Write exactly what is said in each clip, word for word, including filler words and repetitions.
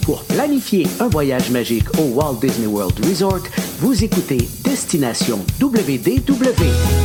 Pour planifier un voyage magique au Walt Disney World Resort, vous écoutez Destination W D W.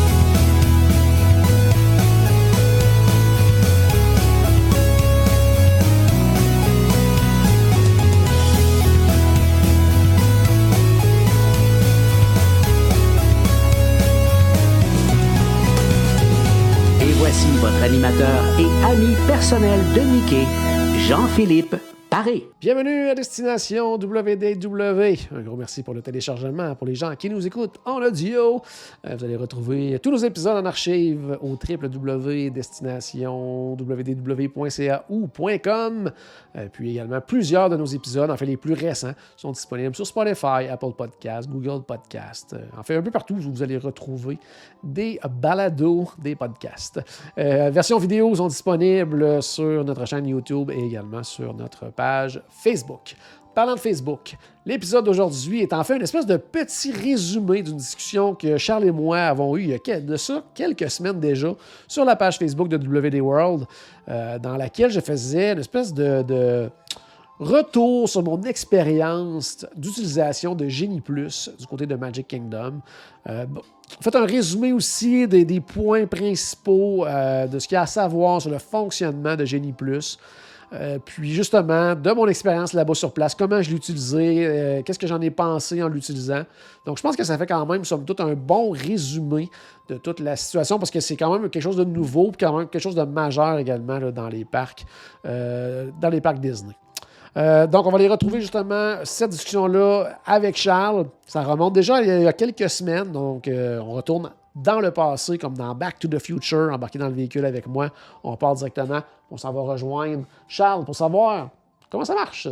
Et voici votre animateur et ami personnel de Mickey, Jean-Philippe Paré. Bienvenue à Destination W D W. Un gros merci pour le téléchargement. Pour les gens qui nous écoutent en audio, euh, vous allez retrouver tous nos épisodes en archive au w w w point destination w d w point c a ou .com. Euh, puis également, plusieurs de nos épisodes, en fait les plus récents, sont disponibles sur Spotify, Apple Podcasts, Google Podcasts. Euh, en fait, un peu partout, vous allez retrouver des balados, des podcasts. Euh, versions vidéo sont disponibles sur notre chaîne YouTube et également sur notre page Facebook. Parlant de Facebook, l'épisode d'aujourd'hui est en fait une espèce de petit résumé d'une discussion que Charles et moi avons eue il y a de ça quelques semaines déjà sur la page Facebook de W D World, euh, dans laquelle je faisais une espèce de, de retour sur mon expérience d'utilisation de Genie Plus du côté de Magic Kingdom. Euh, bon, en fait, un résumé aussi des, des points principaux euh, de ce qu'il y a à savoir sur le fonctionnement de Genie Plus. Euh, puis justement, de mon expérience là-bas sur place, comment je l'ai utilisé, euh, qu'est-ce que j'en ai pensé en l'utilisant. Donc, je pense que ça fait quand même, somme toute, un bon résumé de toute la situation parce que c'est quand même quelque chose de nouveau puis quand même quelque chose de majeur également là, dans les parcs, euh, dans les parcs Disney. Euh, donc, on va les retrouver justement, cette discussion-là avec Charles. Ça remonte déjà il y a quelques semaines, donc euh, on retourne dans le passé, comme dans Back to the Future, embarqué dans le véhicule avec moi. On part directement, on s'en va rejoindre Charles pour savoir comment ça marche, ça.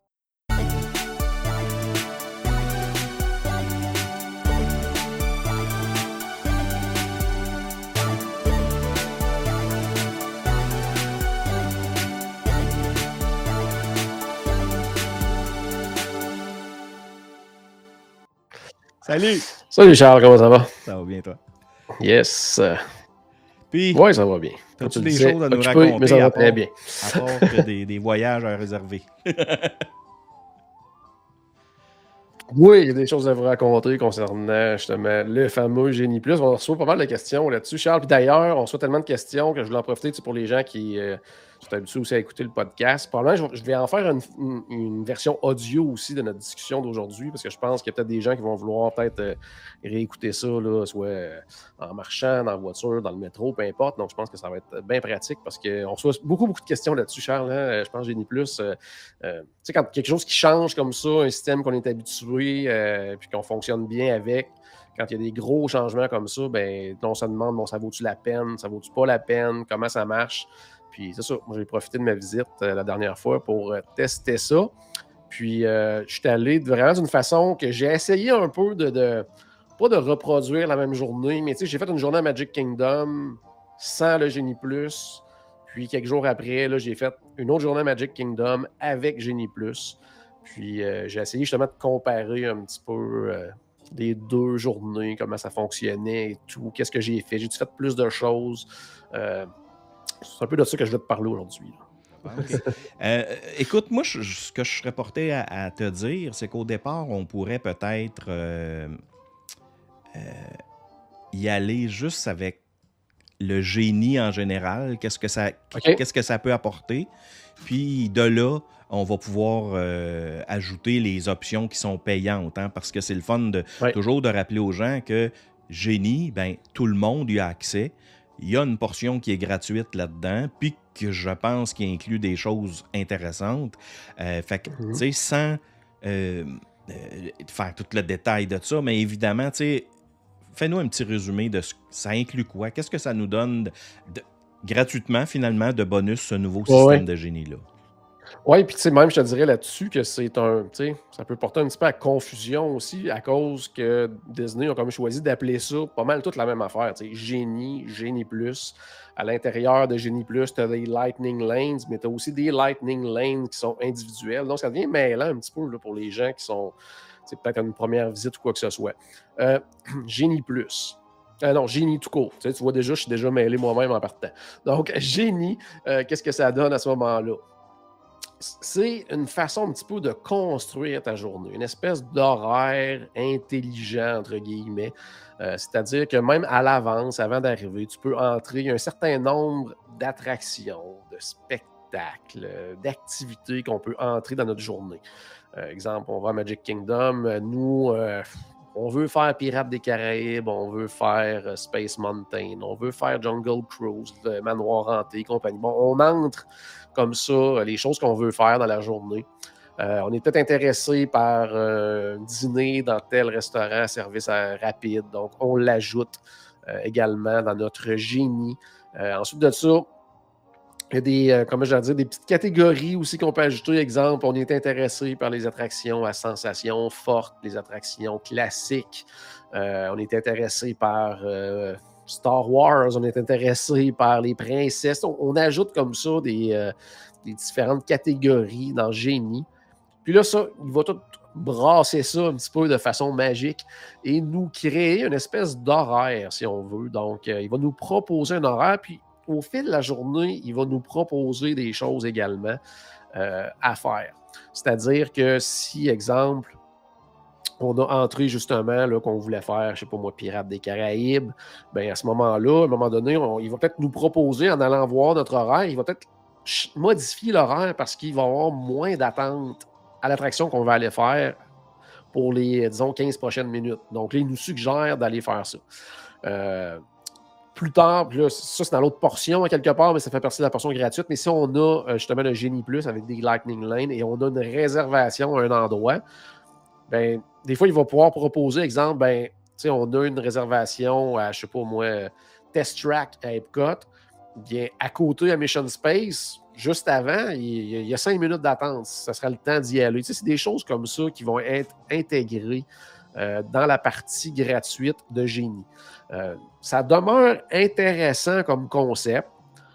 Salut! Salut Charles, comment ça va? Ça va bien, toi? Yes. Puis, oui, ça va bien. as-tu des choses à nous occupé, raconter mais ça va à très part, bien. à part que des, des voyages à réserver? Oui, il y a des choses à vous raconter concernant justement le fameux Genie Plus. On reçoit pas mal de questions là-dessus, Charles. Puis d'ailleurs, on reçoit tellement de questions que je voulais en profiter pour les gens qui euh, sont habitués aussi à écouter le podcast. Probablement, je vais en faire une, une, une version audio aussi de notre discussion d'aujourd'hui parce que je pense qu'il y a peut-être des gens qui vont vouloir peut-être euh, réécouter ça, là, soit euh, en marchant, dans la voiture, dans le métro, peu importe. Donc, je pense que ça va être bien pratique parce qu'on reçoit beaucoup, beaucoup de questions là-dessus, Charles. Hein? Je pense Genie Plus, euh, euh, tu sais, quand quelque chose qui change comme ça, un système qu'on est habitué, euh, puis qu'on fonctionne bien avec, quand il y a des gros changements comme ça, ben, on se demande, bon, ça vaut-tu la peine, ça vaut-tu pas la peine, comment ça marche? Puis c'est ça, moi j'ai profité de ma visite euh, la dernière fois pour euh, tester ça. Puis euh, je suis allé vraiment d'une façon que j'ai essayé un peu de, de pas de reproduire la même journée, mais tu sais, j'ai fait une journée à Magic Kingdom sans le Genie Plus. Puis quelques jours après, là, j'ai fait une autre journée à Magic Kingdom avec Genie Plus. Puis euh, j'ai essayé justement de comparer un petit peu euh, les deux journées, comment ça fonctionnait et tout, qu'est-ce que j'ai fait. J'ai-tu fait plus de choses? Euh, c'est un peu de ça que je vais te parler aujourd'hui. Ah, okay. euh, écoute, moi, je, ce que je serais porté à, à te dire, c'est qu'au départ, on pourrait peut-être euh, euh, y aller juste avec le génie en général, qu'est-ce que ça, okay. qu'est-ce que ça peut apporter. Puis de là, on va pouvoir euh, ajouter les options qui sont payantes, hein, parce que c'est le fun de ouais. toujours de rappeler aux gens que Génie, ben, tout le monde y a accès. Il y a une portion qui est gratuite là-dedans, puis que je pense qu'il inclut des choses intéressantes. Euh, fait que, mm-hmm. tu sais, sans euh, euh, faire tout le détail de ça, mais évidemment, tu sais, fais-nous un petit résumé de ce que ça inclut quoi. Qu'est-ce que ça nous donne de, de, gratuitement, finalement, de bonus, ce nouveau système ouais. de Génie-là? Oui, puis tu sais, même je te dirais là-dessus que c'est un, tu sais, ça peut porter un petit peu à confusion aussi à cause que Disney a comme choisi d'appeler ça pas mal toute la même affaire, tu sais, Génie, Génie Plus. À l'intérieur de Génie Plus, tu as des Lightning Lanes, mais tu as aussi des Lightning Lanes qui sont individuels. Donc, ça devient mêlant un petit peu là, pour les gens qui sont, c'est peut-être une première visite ou quoi que ce soit. Euh, Génie Plus. Euh, non, Génie tout court. Tu sais, tu vois déjà, je suis déjà mêlé moi-même en partant. Donc, Génie, euh, qu'est-ce que ça donne à ce moment-là? c'est une façon un petit peu de construire ta journée, une espèce d'horaire intelligent, entre guillemets. Euh, c'est-à-dire que même à l'avance, avant d'arriver, tu peux entrer un certain nombre d'attractions, de spectacles, euh, d'activités qu'on peut entrer dans notre journée. Euh, exemple, on va à Magic Kingdom, euh, nous, euh, on veut faire Pirates des Caraïbes, on veut faire euh, Space Mountain, on veut faire Jungle Cruise, le Manoir Hanté, compagnie. Bon, on entre comme ça euh, les choses qu'on veut faire dans la journée. Euh, on est peut-être intéressé par euh, dîner dans tel restaurant à service à- rapide, donc on l'ajoute euh, également dans notre génie. Euh, ensuite de ça, il y a des, euh, comment je vais dire, des petites catégories aussi qu'on peut ajouter. Exemple, on est intéressé par les attractions à sensations fortes, les attractions classiques. Euh, on est intéressé par euh, Star Wars, on est intéressé par les princesses. On, on ajoute comme ça des, euh, des différentes catégories dans Génie. Puis là, ça, il va tout brasser ça un petit peu de façon magique et nous créer une espèce d'horaire, si on veut. Donc, euh, il va nous proposer un horaire, puis au fil de la journée, il va nous proposer des choses également euh, à faire. C'est-à-dire que si, exemple, on a entré justement là, qu'on voulait faire, je ne sais pas moi, Pirates des Caraïbes, bien à ce moment-là, à un moment donné, on, il va peut-être nous proposer, en allant voir notre horaire, il va peut-être modifier l'horaire parce qu'il va y avoir moins d'attente à l'attraction qu'on va aller faire pour les, disons, quinze prochaines minutes. Donc là, il nous suggère d'aller faire ça. Euh, plus tard, puis là, ça c'est dans l'autre portion à quelque part, mais ça fait partie de la portion gratuite. Mais si on a euh, justement le Génie Plus avec des Lightning Lane et on a une réservation à un endroit, ben, des fois, il va pouvoir proposer, exemple, ben, tu sais, on a une réservation à, je sais pas moi, Test Track à Epcot, bien, à côté à Mission Space, juste avant, il, il y a cinq minutes d'attente. Ça sera le temps d'y aller. Tu sais, c'est des choses comme ça qui vont être intégrées euh, dans la partie gratuite de Génie. Euh, ça demeure intéressant comme concept.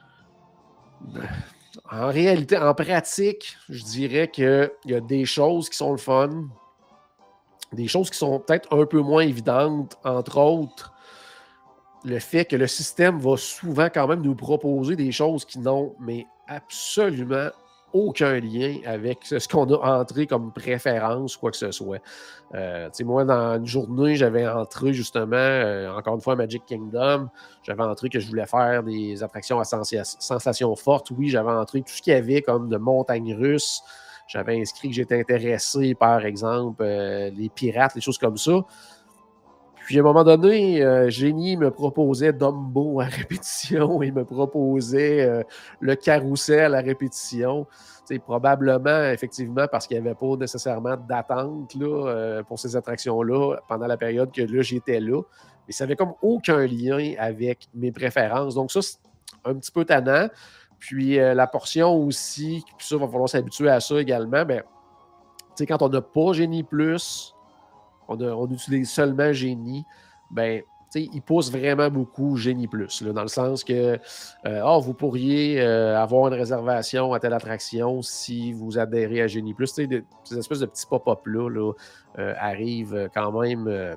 En réalité, en pratique, je dirais qu'il y a des choses qui sont le fun, des choses qui sont peut-être un peu moins évidentes, entre autres, le fait que le système va souvent quand même nous proposer des choses qui n'ont mais absolument aucun lien avec ce qu'on a entré comme préférence, quoi que ce soit. Euh, tu sais, moi, dans une journée, j'avais entré justement, euh, encore une fois, à Magic Kingdom, j'avais entré que je voulais faire des attractions à sensa- sensations fortes. Oui, j'avais entré tout ce qu'il y avait comme de montagnes russes. J'avais inscrit que j'étais intéressé, par exemple, euh, les pirates, les choses comme ça. Puis, à un moment donné, euh, Génie me proposait Dumbo à répétition. Il me proposait euh, le carrousel à répétition. T'sais, probablement, effectivement, parce qu'il n'y avait pas nécessairement d'attente là, euh, pour ces attractions-là pendant la période que là, j'étais là. Mais ça n'avait comme aucun lien avec mes préférences. Donc, ça, c'est un petit peu tannant. Puis, euh, la portion aussi, puis ça, il va falloir s'habituer à ça également. Ben, quand on n'a pas Génie Plus, On, a, on utilise seulement Génie, ben, il pousse vraiment beaucoup Génie Plus, là, dans le sens que euh, oh, vous pourriez euh, avoir une réservation à telle attraction si vous adhérez à Génie Plus. De, ces espèces de petits pop-up-là là, euh, arrivent quand même euh,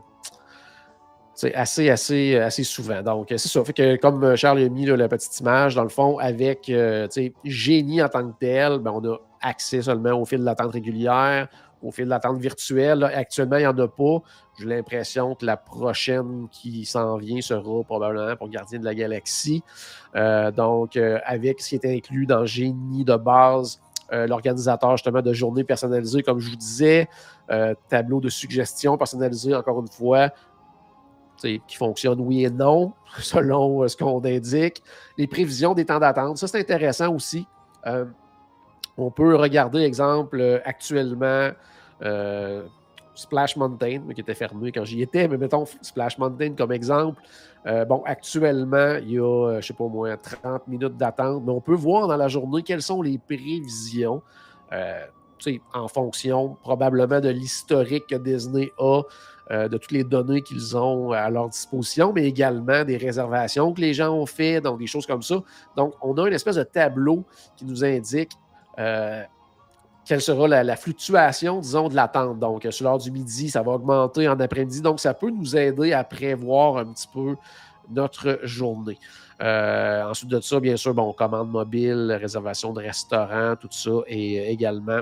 assez, assez, assez souvent. Donc, c'est ça. Fait que, comme Charles a mis là, la petite image, dans le fond, avec euh, Génie en tant que tel, ben, on a accès seulement au fil de l'attente régulière, au fil de l'attente virtuelle. Là, actuellement, il n'y en a pas. J'ai l'impression que la prochaine qui s'en vient sera probablement pour Gardien de la Galaxie. Euh, donc, euh, avec ce qui est inclus dans Génie de base, euh, l'organisateur justement de journées personnalisées, comme je vous disais, euh, tableau de suggestions personnalisées, encore une fois, qui fonctionne oui et non, selon euh, ce qu'on indique. Les prévisions des temps d'attente, ça c'est intéressant aussi. Euh, on peut regarder, exemple, euh, actuellement, euh, Splash Mountain, qui était fermé quand j'y étais, mais mettons Splash Mountain comme exemple. Euh, bon, actuellement, il y a, euh, je ne sais pas moi, trente minutes d'attente, mais on peut voir dans la journée quelles sont les prévisions, euh, en fonction probablement de l'historique que Disney a, euh, de toutes les données qu'ils ont à leur disposition, mais également des réservations que les gens ont fait, donc des choses comme ça. Donc, on a une espèce de tableau qui nous indique euh, quelle sera la, la fluctuation, disons, de l'attente. Donc, sur l'heure du midi, ça va augmenter en après-midi. Donc, ça peut nous aider à prévoir un petit peu notre journée. Euh, ensuite de ça, bien sûr, bon, commande mobile, réservation de restaurant, tout ça est également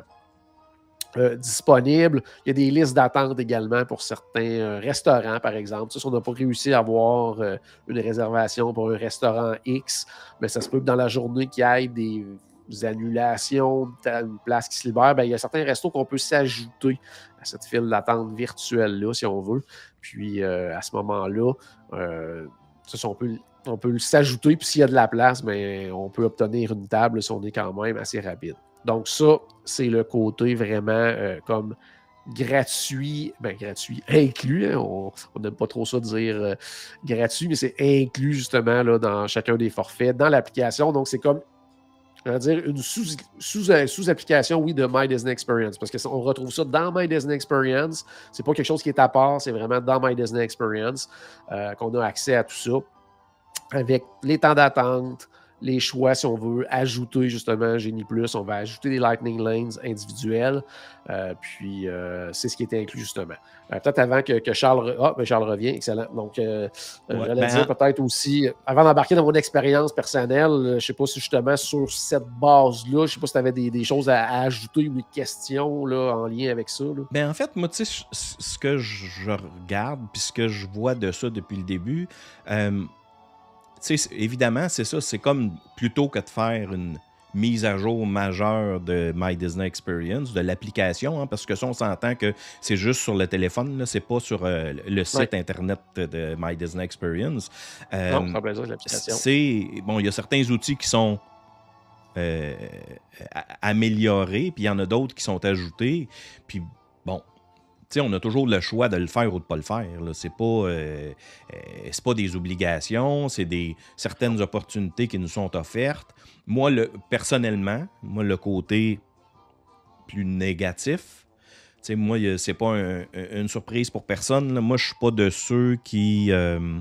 euh, disponible. Il y a des listes d'attente également pour certains euh, restaurants, par exemple. Tu sais, si on n'a pas réussi à avoir euh, une réservation pour un restaurant X, mais ça se peut que dans la journée qu'il y ait des, des annulations, une place qui se libère, ben, il y a certains restos qu'on peut s'ajouter à cette file d'attente virtuelle-là, si on veut. Puis euh, à ce moment-là, euh, ça, on peut, on peut s'ajouter, puis s'il y a de la place, ben, on peut obtenir une table si on est quand même assez rapide. Donc ça, c'est le côté vraiment euh, comme gratuit, ben gratuit, inclus, hein, on n'aime pas trop ça dire euh, gratuit, mais c'est inclus justement là, dans chacun des forfaits, dans l'application. Donc c'est comme, je vais dire, une sous, sous, sous-application, oui, de My Disney Experience, parce qu'on retrouve ça dans My Disney Experience. C'est pas quelque chose qui est à part, c'est vraiment dans My Disney Experience euh, qu'on a accès à tout ça, avec les temps d'attente, les choix, si on veut ajouter justement Genie Plus, on va ajouter des Lightning Lanes individuels. Euh, puis, euh, c'est ce qui était inclus justement. Euh, peut-être avant que, que Charles... Re... Ah, ben Charles revient, excellent. Donc, euh, ouais, j'allais ben, dire peut-être aussi, avant d'embarquer dans mon expérience personnelle, je ne sais pas si justement sur cette base-là, je ne sais pas si tu avais des, des choses à, à ajouter ou des questions là, en lien avec ça. Là. Ben, en fait, moi, tu sais, ce que je regarde, puis ce que je vois de ça depuis le début... Euh, Tu sais, évidemment, c'est ça. C'est comme plutôt que de faire une mise à jour majeure de My Disney Experience, de l'application, hein, parce que ça, on s'entend que c'est juste sur le téléphone, là, c'est pas sur euh, le site ouais. Internet de My Disney Experience. Euh, non, ça veut dire l'application. C'est, bon, il y a certains outils qui sont euh, améliorés, puis il y en a d'autres qui sont ajoutés. Puis, bon, T'sais, on a toujours le choix de le faire ou de ne pas le faire. Là. C'est pas, euh, euh, c'est pas des obligations, c'est des certaines opportunités qui nous sont offertes. Moi, le, personnellement, moi, le côté plus négatif, t'sais, moi, c'est pas un, une surprise pour personne. Là. Moi, je suis pas de ceux qui euh,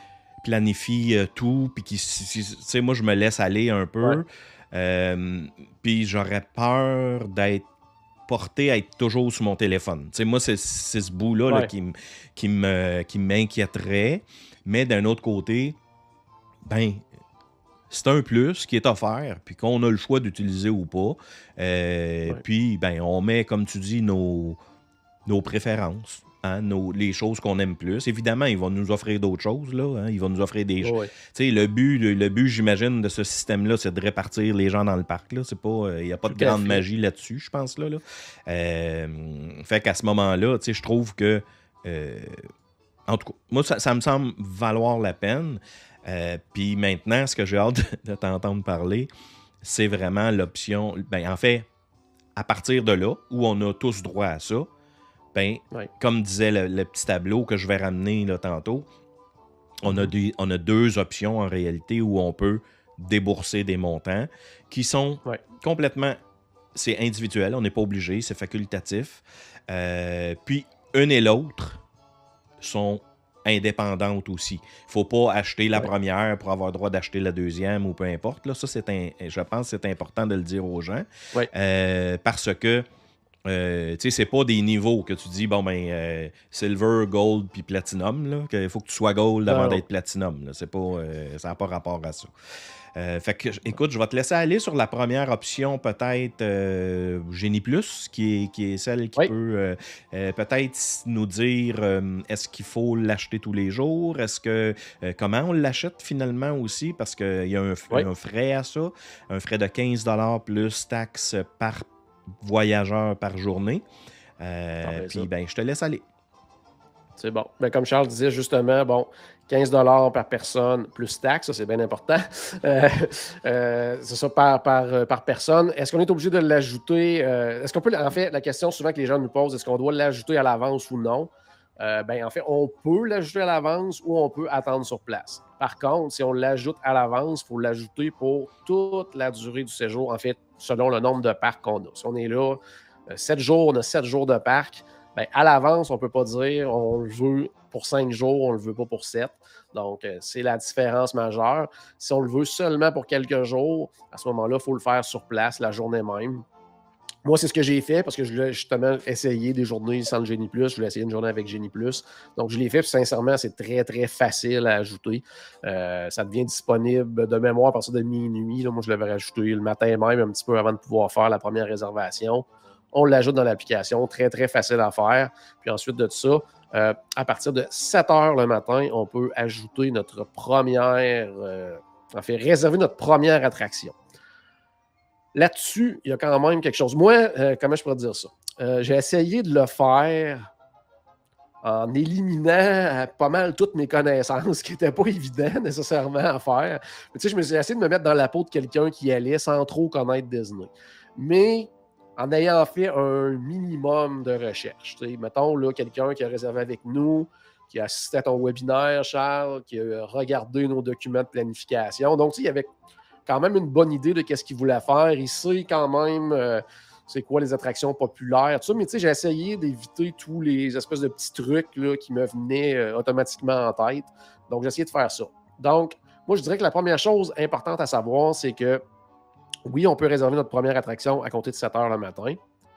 planifient tout, puis qui, t'sais, moi, je me laisse aller un peu. Ouais. Euh, puis j'aurais peur d'être porté à être toujours sur mon téléphone. T'sais, moi, c'est, c'est ce bout-là ouais. là, qui, qui, me, qui m'inquiéterait. Mais d'un autre côté, ben, c'est un plus qui est offert, puis qu'on a le choix d'utiliser ou pas. Euh, ouais. Puis, ben, on met, comme tu dis, nos, nos préférences. Hein, nos, les choses qu'on aime plus. Évidemment, ils vont nous offrir d'autres choses. Là, hein, ils vont nous offrir des... Oh, ouais. Le but, le, le but, j'imagine, de ce système-là, c'est de répartir les gens dans le parc. Il euh, n'y a pas Tout de grande magie là-dessus, je pense. Là, là. Euh, fait qu'à ce moment-là, je trouve que... Euh, en tout cas, moi, ça, ça me semble valoir la peine. Euh, Puis maintenant, ce que j'ai hâte de t'entendre parler, c'est vraiment l'option... Ben, en fait, à partir de là, où on a tous droit à ça, ben, oui. Comme disait le, le petit tableau que je vais ramener là, tantôt, on, mm-hmm. a des, on a deux options en réalité où on peut débourser des montants qui sont oui. complètement... C'est individuel, on n'est pas obligé, c'est facultatif. Euh, puis, une et l'autre sont indépendantes aussi. Il ne faut pas acheter la oui. première pour avoir le droit d'acheter la deuxième ou peu importe. Là, ça, c'est un, je pense que c'est important de le dire aux gens. Oui. Euh, parce que Euh, tu sais, c'est pas des niveaux que tu dis, bon, ben, euh, silver, gold, puis platinum, là, qu'il faut que tu sois gold avant non. d'être platinum. Là. C'est pas, euh, ça n'a pas rapport à ça. Euh, fait que, écoute, je vais te laisser aller sur la première option, peut-être euh, Genie Plus, qui est, qui est celle qui oui. peut euh, euh, peut-être nous dire euh, est-ce qu'il faut l'acheter tous les jours, est-ce que euh, comment on l'achète finalement aussi, parce qu'il y a un, oui. un frais à ça, un frais de quinze dollars plus taxes par voyageurs par journée. Euh, Puis, ben, je te laisse aller. C'est bon. Ben, comme Charles disait, justement, bon, quinze dollars par personne plus taxe, ça, c'est bien important. Euh, euh, c'est ça, par, par, par personne. Est-ce qu'on est obligé de l'ajouter? Euh, est-ce qu'on peut, en fait, la question souvent que les gens nous posent, est-ce qu'on doit l'ajouter à l'avance ou non? Euh, ben, en fait, on peut l'ajouter à l'avance ou on peut attendre sur place. Par contre, si on l'ajoute à l'avance, il faut l'ajouter pour toute la durée du séjour, en fait, selon le nombre de parcs qu'on a. Si on est là euh, sept jours, on a sept jours de parc, ben, à l'avance, on ne peut pas dire on le veut pour cinq jours, on ne le veut pas pour sept. Donc, euh, c'est la différence majeure. Si on le veut seulement pour quelques jours, à ce moment-là, il faut le faire sur place la journée même. Moi, c'est ce que j'ai fait parce que je voulais justement essayer des journées sans le Génie Plus. Je voulais essayer une journée avec Génie Plus. Donc, je l'ai fait. Puis, sincèrement, c'est très, très facile à ajouter. Euh, ça devient disponible de mémoire à partir de minuit. Là, moi, je l'avais rajouté le matin même, un petit peu avant de pouvoir faire la première réservation. On l'ajoute dans l'application. Très, très facile à faire. Puis ensuite de ça, euh, à partir de sept heures le matin, on peut ajouter notre première... Euh, en fait, réserver notre première attraction. Là-dessus, il y a quand même quelque chose. Moi, euh, comment je pourrais dire ça? Euh, j'ai essayé de le faire en éliminant euh, pas mal toutes mes connaissances, ce qui n'était pas évident nécessairement à faire. Mais, tu sais, je me suis essayé de me mettre dans la peau de quelqu'un qui allait sans trop connaître Disney. Mais en ayant fait un minimum de recherche. Tu sais, mettons, là, quelqu'un qui a réservé avec nous, qui a assisté à ton webinaire, Charles, qui a regardé nos documents de planification. Donc, tu sais, il y avait quand même une bonne idée de ce qu'il voulait faire. Il sait quand même euh, c'est quoi les attractions populaires, tout ça. Mais tu sais, j'ai essayé d'éviter tous les espèces de petits trucs là, qui me venaient euh, automatiquement en tête. Donc, j'ai essayé de faire ça. Donc, moi, je dirais que la première chose importante à savoir, c'est que oui, on peut réserver notre première attraction à compter de sept heures le matin.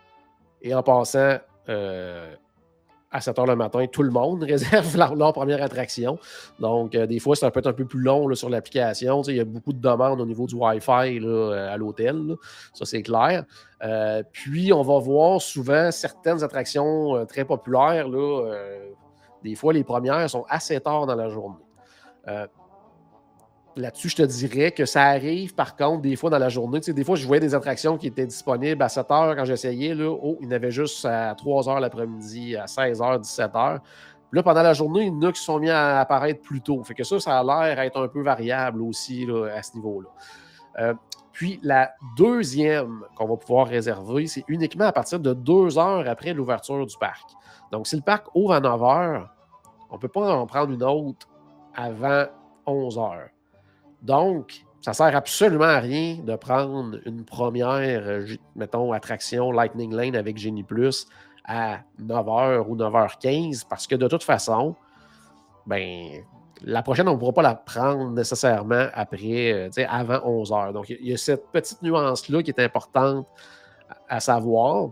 Et en passant, euh, à sept heures le matin, tout le monde réserve leur, leur première attraction. Donc, euh, des fois, ça peut être un peu plus long là, sur l'application. Tu sais, il y a beaucoup de demandes au niveau du Wi-Fi là, à l'hôtel. Là. Ça, c'est clair. Euh, puis, on va voir souvent certaines attractions euh, très populaires. Là, euh, des fois, les premières sont assez tard dans la journée. Euh, Là-dessus, je te dirais que ça arrive, par contre, des fois dans la journée. Tu sais, des fois, je voyais des attractions qui étaient disponibles à sept heures quand j'essayais. Là, oh, il y en avait juste à trois heures l'après-midi, à seize heures, dix-sept heures. Puis là, pendant la journée, il y en a qui sont mis à apparaître plus tôt. Fait que ça, ça a l'air être un peu variable aussi là, à ce niveau-là. Euh, puis la deuxième qu'on va pouvoir réserver, c'est uniquement à partir de deux heures après l'ouverture du parc. Donc, si le parc ouvre à neuf heures, on ne peut pas en prendre une autre avant onze heures. Donc, ça ne sert absolument à rien de prendre une première, euh, mettons, attraction Lightning Lane avec Génie Plus à neuf heures ou neuf heures quinze parce que de toute façon, ben, la prochaine, on ne pourra pas la prendre nécessairement après, euh, tu sais, avant onze heures. Donc, il y, y a cette petite nuance-là qui est importante à, à savoir.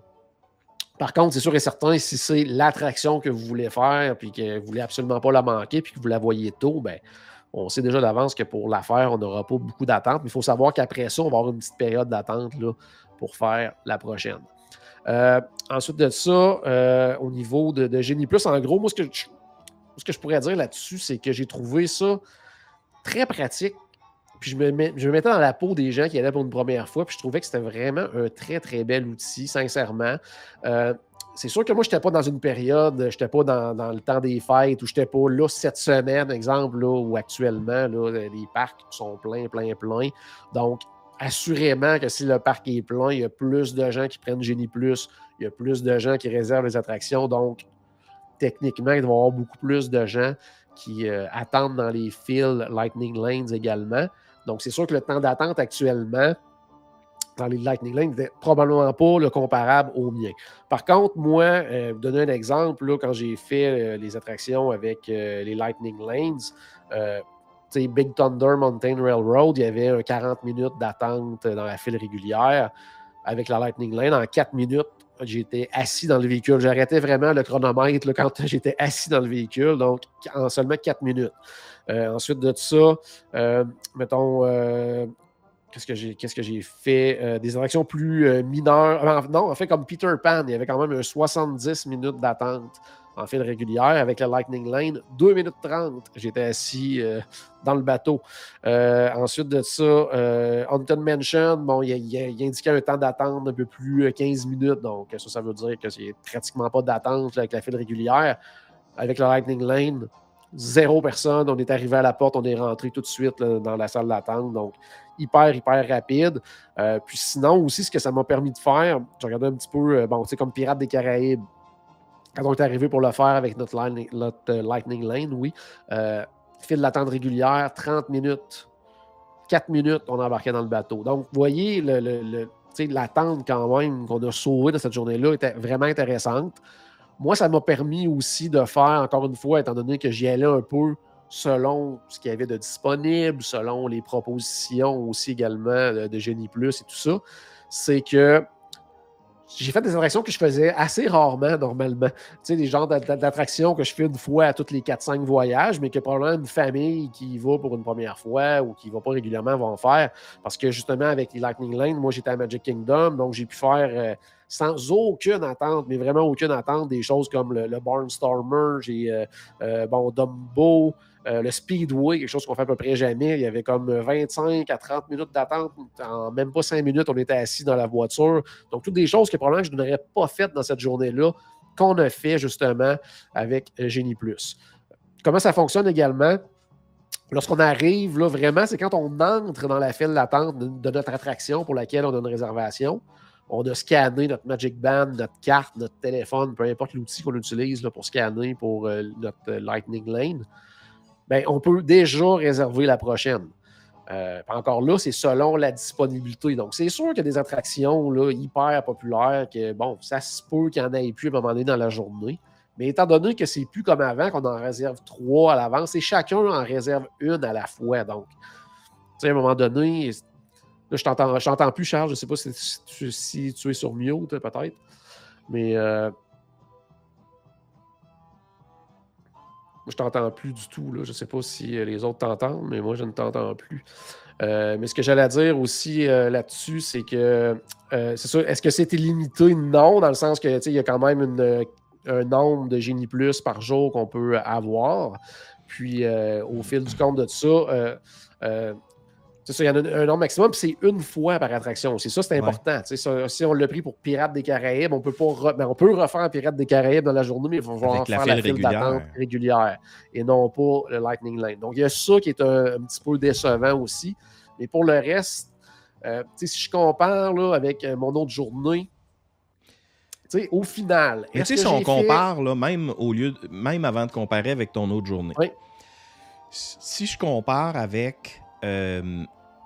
Par contre, c'est sûr et certain, si c'est l'attraction que vous voulez faire puis que vous ne voulez absolument pas la manquer puis que vous la voyez tôt, ben, on sait déjà d'avance que pour la faire, on n'aura pas beaucoup d'attente, mais il faut savoir qu'après ça, on va avoir une petite période d'attente là, pour faire la prochaine. Euh, ensuite de ça, euh, au niveau de, de Génie Plus, en gros, moi, ce que, je, ce que je pourrais dire là-dessus, c'est que j'ai trouvé ça très pratique. Puis je me, mets, je me mettais dans la peau des gens qui allaient pour une première fois, puis je trouvais que c'était vraiment un très, très bel outil, sincèrement. Euh, C'est sûr que moi, je n'étais pas dans une période, je n'étais pas dans, dans le temps des fêtes, ou je n'étais pas là cette semaine, exemple, là, où actuellement, là, les parcs sont pleins, pleins, pleins. Donc, assurément que si le parc est plein, il y a plus de gens qui prennent Génie Plus, il y a plus de gens qui réservent les attractions. Donc, techniquement, il va y avoir beaucoup plus de gens qui euh, attendent dans les files Lightning Lanes également. Donc, c'est sûr que le temps d'attente actuellement, dans les Lightning Lanes, n'était probablement pas le comparable au mien. Par contre, moi, euh, vous donner un exemple, là, quand j'ai fait euh, les attractions avec euh, les Lightning Lanes, euh, Big Thunder Mountain Railroad, il y avait un quarante minutes d'attente dans la file régulière. Avec la Lightning Lane, en quatre minutes, j'étais assis dans le véhicule. J'arrêtais vraiment le chronomètre là, quand j'étais assis dans le véhicule, donc en seulement quatre minutes. Euh, ensuite de ça, euh, mettons... Euh, Qu'est-ce que j'ai, qu'est-ce que j'ai fait? Euh, des attractions plus euh, mineures. Enfin, non, en fait, comme Peter Pan, il y avait quand même un soixante-dix minutes d'attente en file régulière avec la Lightning Lane. deux minutes trente, j'étais assis euh, dans le bateau. Euh, ensuite de ça, euh, Haunted Mansion, bon, il, il, il indiquait un temps d'attente un peu plus euh, quinze minutes. Donc, ça, ça veut dire que c'est pratiquement pas d'attente là, avec la file régulière. Avec la Lightning Lane, zéro personne. On est arrivé à la porte, on est rentré tout de suite là, dans la salle d'attente. Donc, hyper, hyper rapide. Euh, puis sinon, aussi, ce que ça m'a permis de faire, j'ai regardé un petit peu, euh, bon, tu sais, comme Pirates des Caraïbes, quand on est arrivé pour le faire avec notre, line, notre uh, Lightning Lane, oui, euh, file d'attente régulière, trente minutes, quatre minutes, on embarquait dans le bateau. Donc, vous voyez, le, le, le, l'attente quand même qu'on a sauvée de cette journée-là était vraiment intéressante. Moi, ça m'a permis aussi de faire, encore une fois, étant donné que j'y allais un peu selon ce qu'il y avait de disponible, selon les propositions aussi également de, de Génie Plus et tout ça, c'est que j'ai fait des attractions que je faisais assez rarement, normalement. Tu sais, des genres d'attractions que je fais une fois à tous les quatre cinq voyages, mais que probablement une famille qui y va pour une première fois ou qui ne va pas régulièrement va en faire. Parce que justement, avec les Lightning Lane, moi, j'étais à Magic Kingdom, donc j'ai pu faire euh, sans aucune attente, mais vraiment aucune attente, des choses comme le, le Barnstormer, j'ai, euh, euh, bon, Dumbo, Euh, le Speedway, quelque chose qu'on fait à peu près jamais. Il y avait comme vingt-cinq à trente minutes d'attente. En même pas cinq minutes, on était assis dans la voiture. Donc, toutes des choses que probablement je n'aurais pas faites dans cette journée-là, qu'on a fait justement avec Génie Plus. Comment ça fonctionne également? Lorsqu'on arrive, là, vraiment, c'est quand on entre dans la file d'attente de, de notre attraction pour laquelle on a une réservation. On a scanné notre Magic Band, notre carte, notre téléphone, peu importe l'outil qu'on utilise là, pour scanner pour euh, notre Lightning Lane. Bien, on peut déjà réserver la prochaine. Euh, encore là, c'est selon la disponibilité. Donc, c'est sûr qu'il y a des attractions là, hyper populaires que, bon, ça se peut qu'il n'y en ait plus à un moment donné dans la journée. Mais étant donné que c'est plus comme avant, qu'on en réserve trois à l'avance, et chacun en réserve une à la fois. Donc, tu sais, à un moment donné, là, je t'entends, je t'entends plus, Charles. Je ne sais pas si, si, si tu es sur mute, peut-être. Mais... Euh, je t'entends plus du tout. Là. Je ne sais pas si les autres t'entendent, mais moi, je ne t'entends plus. Euh, mais ce que j'allais dire aussi euh, là-dessus, c'est que euh, c'est sûr, est-ce que c'était limité? Non, dans le sens que il y a quand même une, un nombre de Génie Plus par jour qu'on peut avoir. Puis euh, au fil du compte de ça, euh, euh, c'est ça, il y en a un nombre maximum, puis c'est une fois par attraction. C'est ça, c'est important. Ouais. Ça, si on l'a pris pour Pirates des Caraïbes, on peut pas re... ben, on peut refaire Pirates des Caraïbes dans la journée, mais il va falloir faire la file d'attente régulière et non pas le Lightning Lane. Donc, il y a ça qui est un, un petit peu décevant aussi. Mais pour le reste, euh, si je compare là, avec mon autre journée, au final... Mais tu sais, si on compare, fait... là, même, au lieu de... même avant de comparer avec ton autre journée, oui. Si je compare avec... Euh,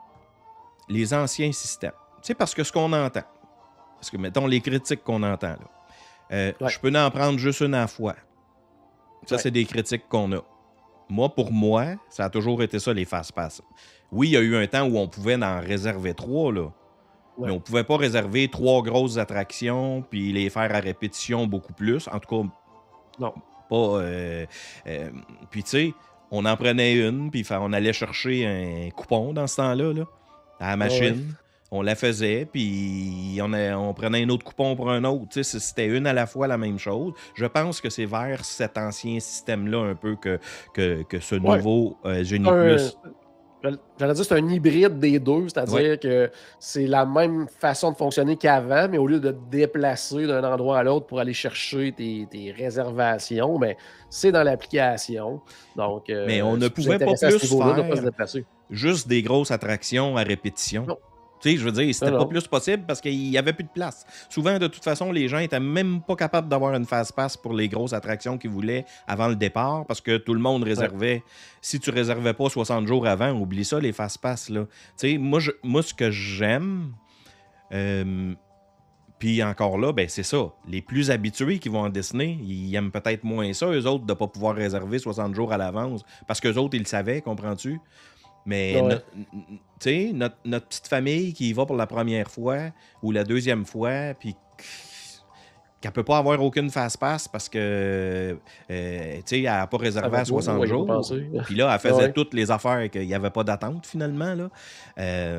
les anciens systèmes. Tu sais, parce que ce qu'on entend, parce que, mettons, les critiques qu'on entend, là, euh, ouais. je peux en prendre juste une à la fois. Ça, ouais. c'est des critiques qu'on a. Moi, pour moi, ça a toujours été ça, les fast-pass. Oui, il y a eu un temps où on pouvait en réserver trois, là. Ouais. Mais on ne pouvait pas réserver trois grosses attractions puis les faire à répétition beaucoup plus. En tout cas, non. Pas... Euh, euh, puis, tu sais, on en prenait une, puis on allait chercher un coupon dans ce temps-là, là. À la machine, oh oui. on la faisait, puis on, a, on prenait un autre coupon pour un autre. Tu sais, c'était une à la fois la même chose. Je pense que c'est vers cet ancien système-là un peu que, que, que ce ouais. nouveau euh, Génie Plus. J'allais dire c'est un hybride des deux, c'est-à-dire ouais. que c'est la même façon de fonctionner qu'avant, mais au lieu de te déplacer d'un endroit à l'autre pour aller chercher tes, tes réservations, ben, c'est dans l'application. Donc, euh, mais on ne pouvait pas plus faire pas juste des grosses attractions à répétition. Non. Tu sais, je veux dire, c'était non, pas non. plus possible parce qu'il n'y avait plus de place. Souvent, de toute façon, les gens n'étaient même pas capables d'avoir une fast-pass pour les grosses attractions qu'ils voulaient avant le départ parce que tout le monde réservait. Ouais. Si tu réservais pas soixante jours avant, oublie ça, les fast-pass, là. Tu sais, moi, je, moi, ce que j'aime, euh, puis encore là, ben c'est ça. Les plus habitués qui vont en Disney, ils aiment peut-être moins ça, eux autres, de ne pas pouvoir réserver soixante jours à l'avance parce qu'eux autres, ils le savaient, comprends-tu? Mais ouais. no, notre, notre petite famille qui y va pour la première fois ou la deuxième fois, puis qu'elle ne peut pas avoir aucune fast-pass parce que euh, elle n'a pas réservé à soixante ouais, jours. Puis là, elle faisait ouais. toutes les affaires et qu'il n'y avait pas d'attente finalement. Là. Euh,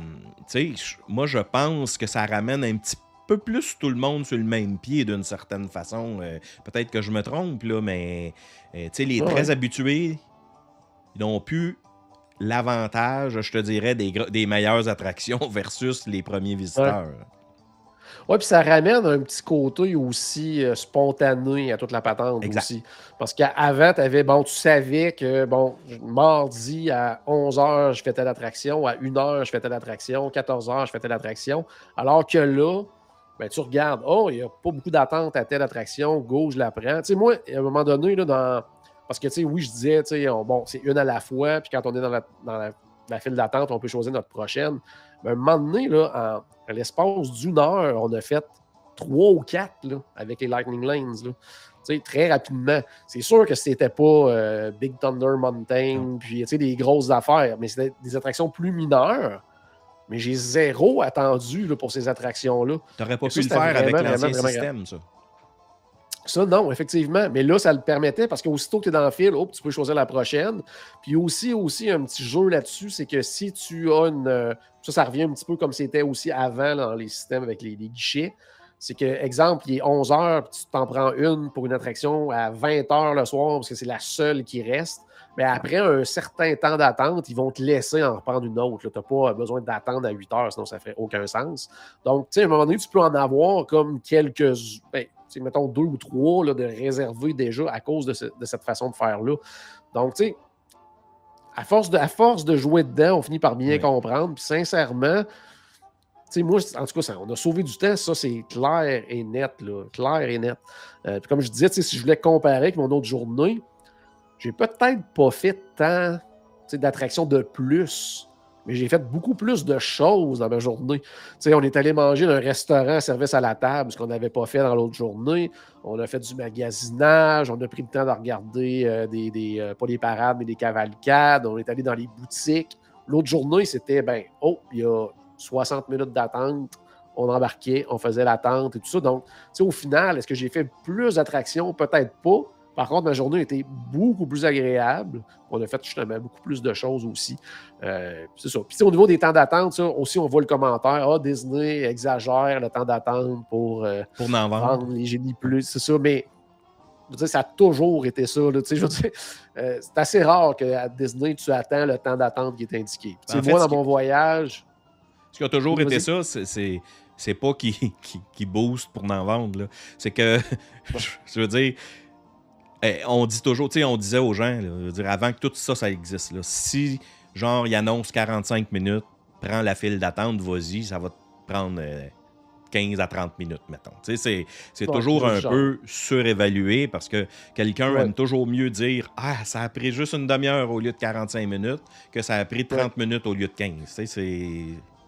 moi, je pense que ça ramène un petit peu plus tout le monde sur le même pied d'une certaine façon. Euh, peut-être que je me trompe, là, mais euh, les ouais. très habitués, ils n'ont plus l'avantage, je te dirais, des, des meilleures attractions versus les premiers visiteurs. Oui, ouais, puis ça ramène un petit côté aussi euh, spontané à toute la patente exact. Aussi. Parce qu'avant, tu avais, bon, tu savais que, bon, mardi à onze heures, je fais telle attraction, à une heure, je fais telle attraction, quatorze heures, je fais telle attraction. Alors que là, ben, tu regardes, oh, il n'y a pas beaucoup d'attente à telle attraction, go, je la prends. Tu sais, moi, à un moment donné, là, dans... Parce que, tu sais, oui, je disais, tu sais, bon, c'est une à la fois, puis quand on est dans la, dans la, la file d'attente, on peut choisir notre prochaine. Mais à un moment donné, là, en, à l'espace d'une heure, on a fait trois ou quatre, là, avec les Lightning Lanes, là. Tu sais, très rapidement. C'est sûr que c'était pas euh, Big Thunder Mountain, puis, tu sais, des grosses affaires, mais c'était des attractions plus mineures. mais j'ai zéro attendu là, pour ces attractions-là. Tu n'aurais pas Et pu ça, le faire c'était avec vraiment, l'ancien vraiment, vraiment système, ça. Ça, non, effectivement. Mais là, ça le permettait parce qu'aussitôt que tu es dans le fil, hop, tu peux choisir la prochaine. Puis aussi, aussi un petit jeu là-dessus, c'est que si tu as une. euh, Ça, ça revient un petit peu comme c'était aussi avant là, dans les systèmes avec les, les guichets. C'est que, exemple, il est onze heures, puis tu t'en prends une pour une attraction à vingt heures le soir parce que c'est la seule qui reste. Mais après un certain temps d'attente, ils vont te laisser en reprendre une autre. Tu n'as pas besoin d'attendre à huit heures, sinon ça ne ferait aucun sens. Donc, tu sais, à un moment donné, tu peux en avoir comme quelques. Ben, tu sais, mettons deux ou trois là, de réserver déjà à cause de, ce- de cette façon de faire-là. Donc, tu sais, à force, de, à force de jouer dedans, on finit par bien Oui. comprendre. Puis sincèrement, tu sais, moi, en tout cas, ça, on a sauvé du temps, ça, c'est clair et net, là. Clair et net. Euh, puis comme je disais, tu sais, si je voulais comparer avec mon autre journée, j'ai peut-être pas fait tant tu sais, d'attractions de plus, mais j'ai fait beaucoup plus de choses dans ma journée. Tu sais, on est allé manger dans un restaurant service à la table, ce qu'on n'avait pas fait dans l'autre journée. On a fait du magasinage, on a pris le temps de regarder euh, des, des euh, pas des parades, mais des cavalcades. On est allé dans les boutiques. L'autre journée, c'était, ben, oh, il y a soixante minutes d'attente. On embarquait, on faisait l'attente et tout ça. Donc, tu sais, au final, est-ce que j'ai fait plus d'attractions? Peut-être pas. Par contre, ma journée était beaucoup plus agréable. On a fait justement beaucoup plus de choses aussi. Euh, c'est ça. Puis au niveau des temps d'attente, ça, aussi, on voit le commentaire. Ah, Disney exagère le temps d'attente pour euh, Pour n'en vendre. vendre les génies plus. C'est ça, mais je veux dire, ça a toujours été ça. Là, je veux dire, euh, c'est assez rare qu'à Disney, tu attends le temps d'attente qui est indiqué. Puis, En fait, moi, ce dans qui- mon voyage. Ce qui a toujours Vas-y. été ça, c'est- c'est c'est pas qui qui, qui booste pour en vendre. là. C'est que, je veux dire, eh, on dit toujours, tu sais, on disait aux gens, là, je veux dire, avant que tout ça, ça existe, là, si, genre, ils annoncent quarante-cinq minutes, prends la file d'attente, vas-y, ça va te prendre euh, quinze à trente minutes, mettons. Tu sais, c'est c'est Ouais, toujours quelque un chose du peu surévalué parce que quelqu'un Ouais. aime toujours mieux dire « Ah, ça a pris juste une demi-heure au lieu de quarante-cinq minutes que ça a pris trente minutes au lieu de quinze. » Tu sais, c'est...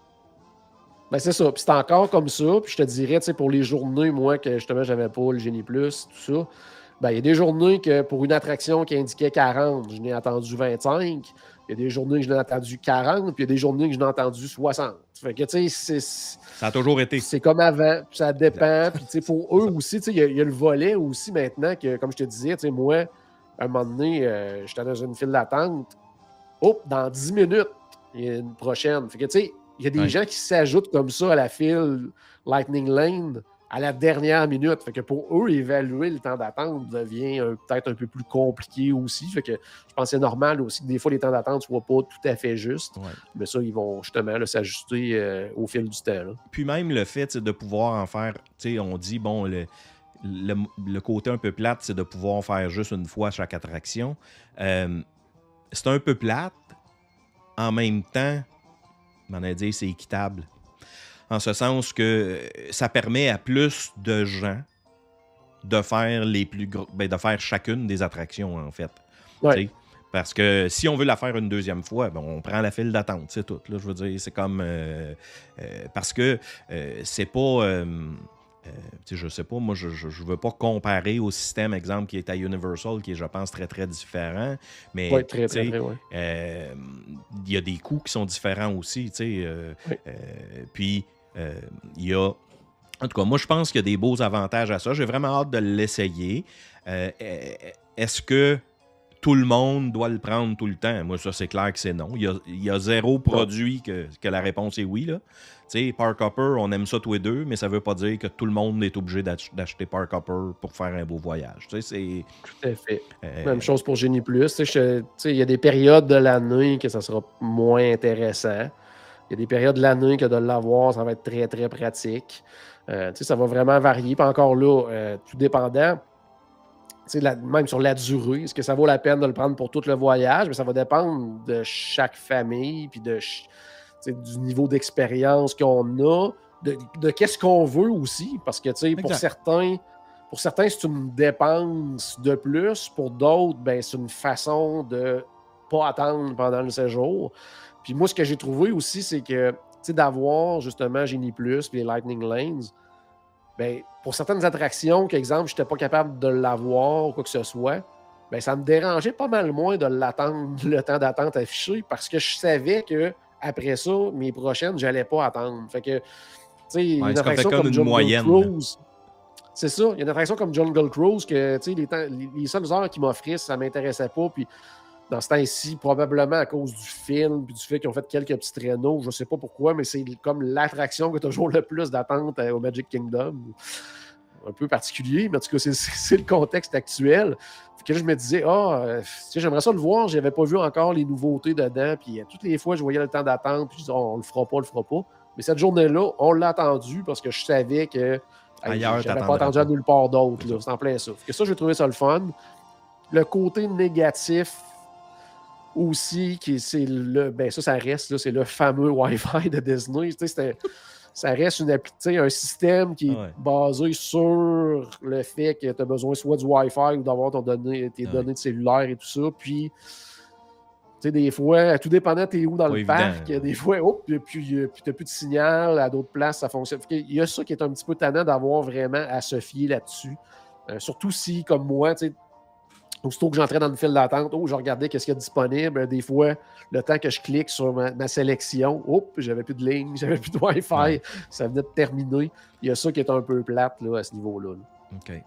Ben c'est ça. Puis c'est encore comme ça. Puis je te dirais, tu sais, pour les journées, moi, que justement, j'avais pas le Génie Plus, tout ça, ben il y a des journées que pour une attraction qui indiquait quarante, je n'ai attendu vingt-cinq. Il y a des journées que je n'ai attendu quarante, puis il y a des journées que je n'ai attendu soixante. Fait que, tu sais, c'est- Ça a toujours été. c'est comme avant, puis ça dépend. Puis, tu sais, pour eux aussi, tu sais, il y, a- il y a le volet aussi maintenant que, comme je te disais, tu sais, moi, à un moment donné, euh, j'étais dans une file d'attente. Oh, dans dix minutes, il y a une prochaine. Fait que, tu sais, il y a des Ouais. gens qui s'ajoutent comme ça à la file Lightning Lane à la dernière minute. Fait que pour eux, évaluer le temps d'attente devient un- peut-être un peu plus compliqué aussi. Fait que je pense que c'est normal aussi que des fois, les temps d'attente ne soient pas tout à fait justes. Ouais. Mais ça, ils vont justement là, s'ajuster euh, au fil du temps. Là. Puis même le fait tu sais, de pouvoir en faire, tu sais, on dit, bon, le, le, le côté un peu plate, c'est de pouvoir faire juste une fois chaque attraction. Euh, c'est un peu plate. En même temps, on a dit c'est équitable. En ce sens que ça permet à plus de gens de faire les plus gros, ben, de faire chacune des attractions, en fait. Ouais. Tu sais, parce que si on veut la faire une deuxième fois, ben, on prend la file d'attente, c'est tout. Là, je veux dire, c'est comme... euh, euh, parce que euh, c'est pas... euh, euh, tu sais, je sais pas, moi, je ne veux pas comparer au système, exemple, qui est à Universal, qui est, je pense, très, très différent. Mais, Ouais, très, tu sais, très, très, ouais. euh, il y a des coûts qui sont différents aussi, tu sais. euh, Oui. euh, puis, euh, il y a... En tout cas, moi, je pense qu'il y a des beaux avantages à ça. J'ai vraiment hâte de l'essayer. Euh, est-ce que tout le monde doit le prendre tout le temps? Moi, ça, c'est clair que c'est non. Il y a, il y a zéro produit que, que la réponse est oui, là. Tu sais, Park Hopper, on aime ça tous les deux, mais ça veut pas dire que tout le monde est obligé d'ach- d'acheter Park Hopper pour faire un beau voyage. Tu sais, c'est... Tout à fait. euh, Même chose pour Génie Plus. Tu sais, je- tu sais, il y a des périodes de l'année que ça sera moins intéressant. Il y a des périodes de l'année que de l'avoir, ça va être très, très pratique. Euh, tu sais, ça va vraiment varier. Puis encore là, euh, tout dépendant, tu sais, la- même sur la durée, est-ce que ça vaut la peine de le prendre pour tout le voyage? Mais ça va dépendre de chaque famille, puis de, ch- tu sais, du niveau d'expérience qu'on a, de, de qu'est-ce qu'on veut aussi. Parce que, tu sais, pour Exact. certains, pour certains, c'est une dépense de plus. Pour d'autres, ben, c'est une façon de pas attendre pendant le séjour. Puis moi, ce que j'ai trouvé aussi, c'est que, tu sais, d'avoir justement Genie Plus puis les Lightning Lanes, ben, pour certaines attractions, qu'exemple, je n'étais pas capable de l'avoir ou quoi que ce soit, ben, ça me dérangeait pas mal moins de l'attendre, le temps d'attente affiché, parce que je savais que après ça, mes prochaines, j'allais pas attendre. Fait que, tu sais, une Ouais, c'est comme, fait attraction comme comme une Jungle moyenne. là. Cruise, c'est ça. Il y a une attraction comme Jungle Cruise que, tu sais, les, temps- les, les seules heures qu'ils m'offraient, ça m'intéressait pas. Puis dans ce temps-ci, probablement à cause du film puis du fait qu'ils ont fait quelques petits traîneaux, je sais pas pourquoi, mais c'est comme l'attraction qui a toujours le plus d'attente euh, au Magic Kingdom. Un peu particulier, mais en tout cas, c'est, c'est- c'est le contexte actuel. Fait que là, je me disais, ah, euh, tu sais, j'aimerais ça le voir, j'avais pas vu encore les nouveautés dedans, puis euh, toutes les fois, je voyais le temps d'attendre, puis je disais, oh, on le fera pas, on le fera pas. Mais cette journée-là, on l'a attendu parce que je savais que hey, Ailleurs, j'avais pas t'attendrais attendu à pas. nulle part d'autre. C'est là. ça. C'est en plein ça. Fait que ça, j'ai trouvé ça le fun. Le côté négatif aussi, qui c'est le. Ben, ça, ça reste, là, c'est le fameux Wi-Fi de Disney. Tu sais, c'était- ça reste une appli- tu sais, un système qui est Ah ouais. basé sur le fait que tu as besoin soit du Wi-Fi ou d'avoir ton donné, tes Ah données de cellulaire et tout ça. Puis, tu sais, des fois, tout dépendant, t'es où dans Pas le évident, parc, là. des fois, hop, puis, puis, puis t'as plus de signal, à d'autres places, ça fonctionne. Fait que il y a ça qui est un petit peu tannant d'avoir vraiment à se fier là-dessus. Euh, surtout si, comme moi, tu sais, aussitôt que j'entrais dans une file d'attente, oh, je regardais qu'est-ce qu'il y a disponible. Des fois, le temps que je clique sur ma, ma sélection, hop, j'avais plus de ligne, j'avais plus de Wi-Fi, Ouais. ça venait de terminer. Il y a ça qui est un peu plate là, à ce niveau-là. là. OK.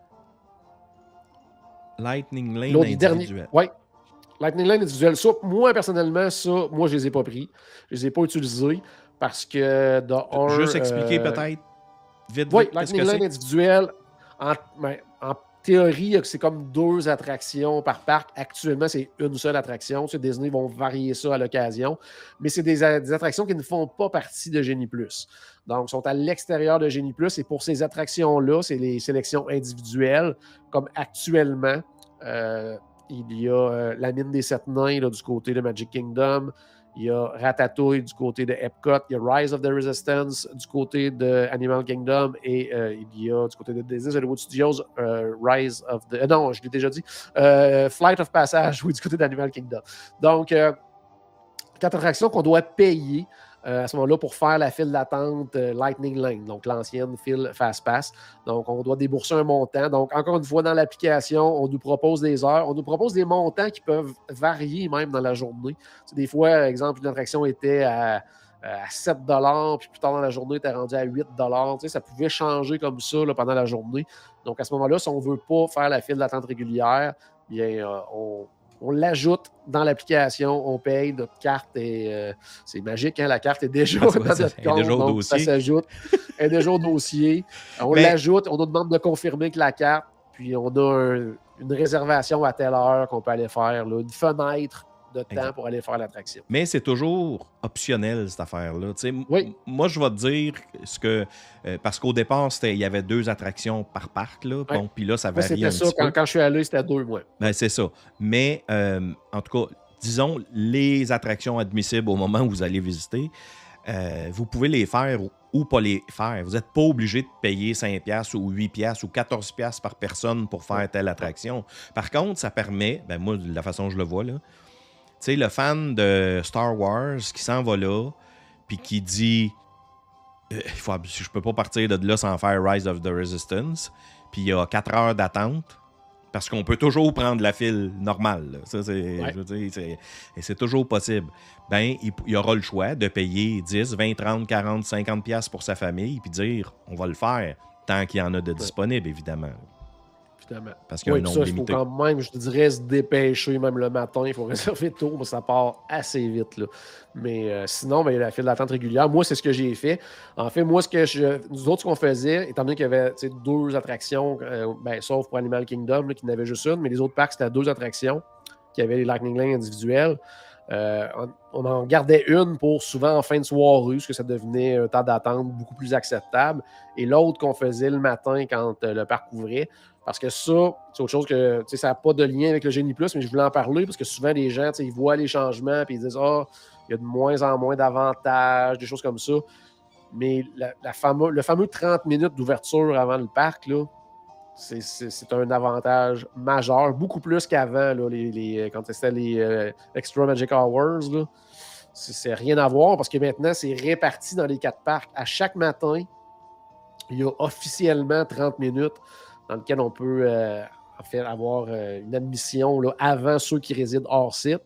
Lightning Lane L'autre dernier, individuel. ouais, Lightning Lane individuel, ça, moi, personnellement, ça, moi, je les ai pas pris. Je les ai pas utilisés parce que, de un... Juste expliquer euh, peut-être, vite, Oui, vite, qu'est-ce Lightning que Lane c'est? individuel, en, ben, en théorie, c'est comme deux attractions par parc. Actuellement, c'est une seule attraction. Tu sais, Disney vont varier ça à l'occasion, mais c'est des, a- des attractions qui ne font pas partie de Genie Plus. Donc, sont à l'extérieur de Genie Plus. Et pour ces attractions-là, c'est les sélections individuelles, comme actuellement. euh, il y a euh, la mine des Sept Nains là, du côté de Magic Kingdom. Il y a Ratatouille du côté de Epcot. Il y a Rise of the Resistance du côté de Animal Kingdom. Et euh, il y a du côté de Disney Hollywood Studios, euh, Rise of the... euh, non, je l'ai déjà dit. Euh, Flight of Passage, oui, du côté d'Animal Kingdom. Donc, euh, quatre attractions qu'on doit payer euh, à ce moment-là pour faire la file d'attente euh, Lightning Lane, donc l'ancienne file Fast Pass. Donc, on doit débourser un montant. Donc, encore une fois, dans l'application, on nous propose des heures, on nous propose des montants qui peuvent varier même dans la journée. Tu sais, des fois, par exemple, une attraction était à, à sept dollars, puis plus tard dans la journée, était rendu à huit dollars. Tu sais, ça pouvait changer comme ça là, pendant la journée. Donc, à ce moment-là, si on ne veut pas faire la file d'attente régulière, bien, euh, on on l'ajoute dans l'application, on paye, notre carte et euh, c'est magique, hein, la carte est déjà Ah, dans c'est vrai, notre ça- elle est compte, déjà au donc ça dossier. s'ajoute, elle est déjà au dossier. On Mais- l'ajoute, on nous demande de confirmer que la carte, puis on a un- une réservation à telle heure qu'on peut aller faire, là, une fenêtre de temps Exact. pour aller faire l'attraction. Mais c'est toujours optionnel, cette affaire-là. Tu sais, m- Oui. Moi, je vais te dire ce que. euh, parce qu'au départ, c'était- il y avait deux attractions par parc. Là. Ouais. Bon, puis là, ça Moi, varie c'était un ça, petit quand, peu. quand je suis allé, c'était deux mois. Ben, c'est ça. Mais, euh, en tout cas, disons, les attractions admissibles au moment où vous allez visiter, euh, vous pouvez les faire ou, ou pas les faire. Vous n'êtes pas obligé de payer cinq piastres ou huit piastres ou quatorze piastres par personne pour faire telle attraction. Par contre, ça permet, ben moi, de la façon dont je le vois, là, tu sais, le fan de Star Wars qui s'en va là, puis qui dit euh, il faut, je peux pas partir de là sans faire Rise of the Resistance, puis il y a quatre heures d'attente, parce qu'on peut toujours prendre la file normale. Là. Ça, c'est, Ouais. je veux dire, c'est, et c'est toujours possible. Ben, il, il y aura le choix de payer dix, vingt, trente, quarante, cinquante piastres pour sa famille, puis dire on va le faire tant qu'il y en a de disponibles, évidemment. Finalement. Parce qu'il y a Oui, un puis nombre ça, il faut limité. quand même, je te dirais, se dépêcher même le matin. Il faut réserver tôt, mais ça part assez vite. Là. Mais euh, sinon, ben, il y a la file d'attente régulière. Moi, c'est ce que j'ai fait. En fait, moi, ce que je, nous autres, ce qu'on faisait, étant donné qu'il y avait tu sais, deux attractions, euh, ben, sauf pour Animal Kingdom, là, qui n'avait juste une, mais les autres parcs, c'était deux attractions qui avaient les Lightning Lane individuels. Euh, on, on en gardait une pour souvent en fin de soirée, parce que ça devenait un temps d'attente beaucoup plus acceptable. Et l'autre qu'on faisait le matin quand euh, le parc ouvrait. Parce que ça, c'est autre chose que, tu sais, ça n'a pas de lien avec le Genie Plus, mais je voulais en parler parce que souvent les gens, tu sais, ils voient les changements et ils disent « Ah, il y a de moins en moins d'avantages, des choses comme ça. » Mais la, la fameux, le fameux trente minutes d'ouverture avant le parc, là, c'est, c'est, c'est un avantage majeur, beaucoup plus qu'avant, là, les, les, quand c'était les euh, Extra Magic Hours. Là. C'est, c'est rien à voir parce que maintenant, c'est réparti dans les quatre parcs. À chaque matin, il y a officiellement trente minutes dans lequel on peut euh, en fait, avoir euh, une admission là, avant ceux qui résident hors site.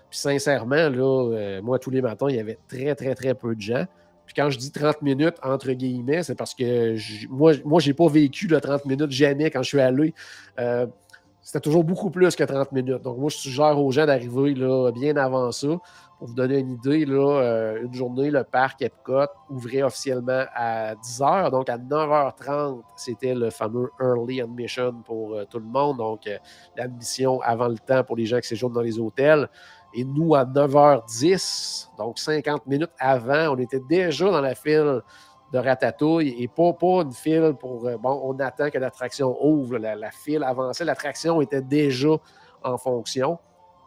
Puis sincèrement, là, euh, moi, tous les matins, il y avait très, très, très peu de gens. Puis quand je dis trente minutes, entre guillemets, c'est parce que j- moi, moi je n'ai pas vécu le trente minutes jamais quand je suis allé. Euh, C'était toujours beaucoup plus que trente minutes. Donc, moi, je suggère aux gens d'arriver là, bien avant ça. Pour vous donner une idée, là, euh, une journée, le parc Epcot ouvrait officiellement à dix heures. Donc, à neuf heures trente, c'était le fameux Early Admission pour euh, tout le monde. Donc, euh, l'admission avant le temps pour les gens qui séjournent dans les hôtels. Et nous, à neuf heures dix, donc cinquante minutes avant, on était déjà dans la file de Ratatouille et pas, pas une file pour, euh, bon, on attend que l'attraction ouvre. La, la file avançait, l'attraction était déjà en fonction.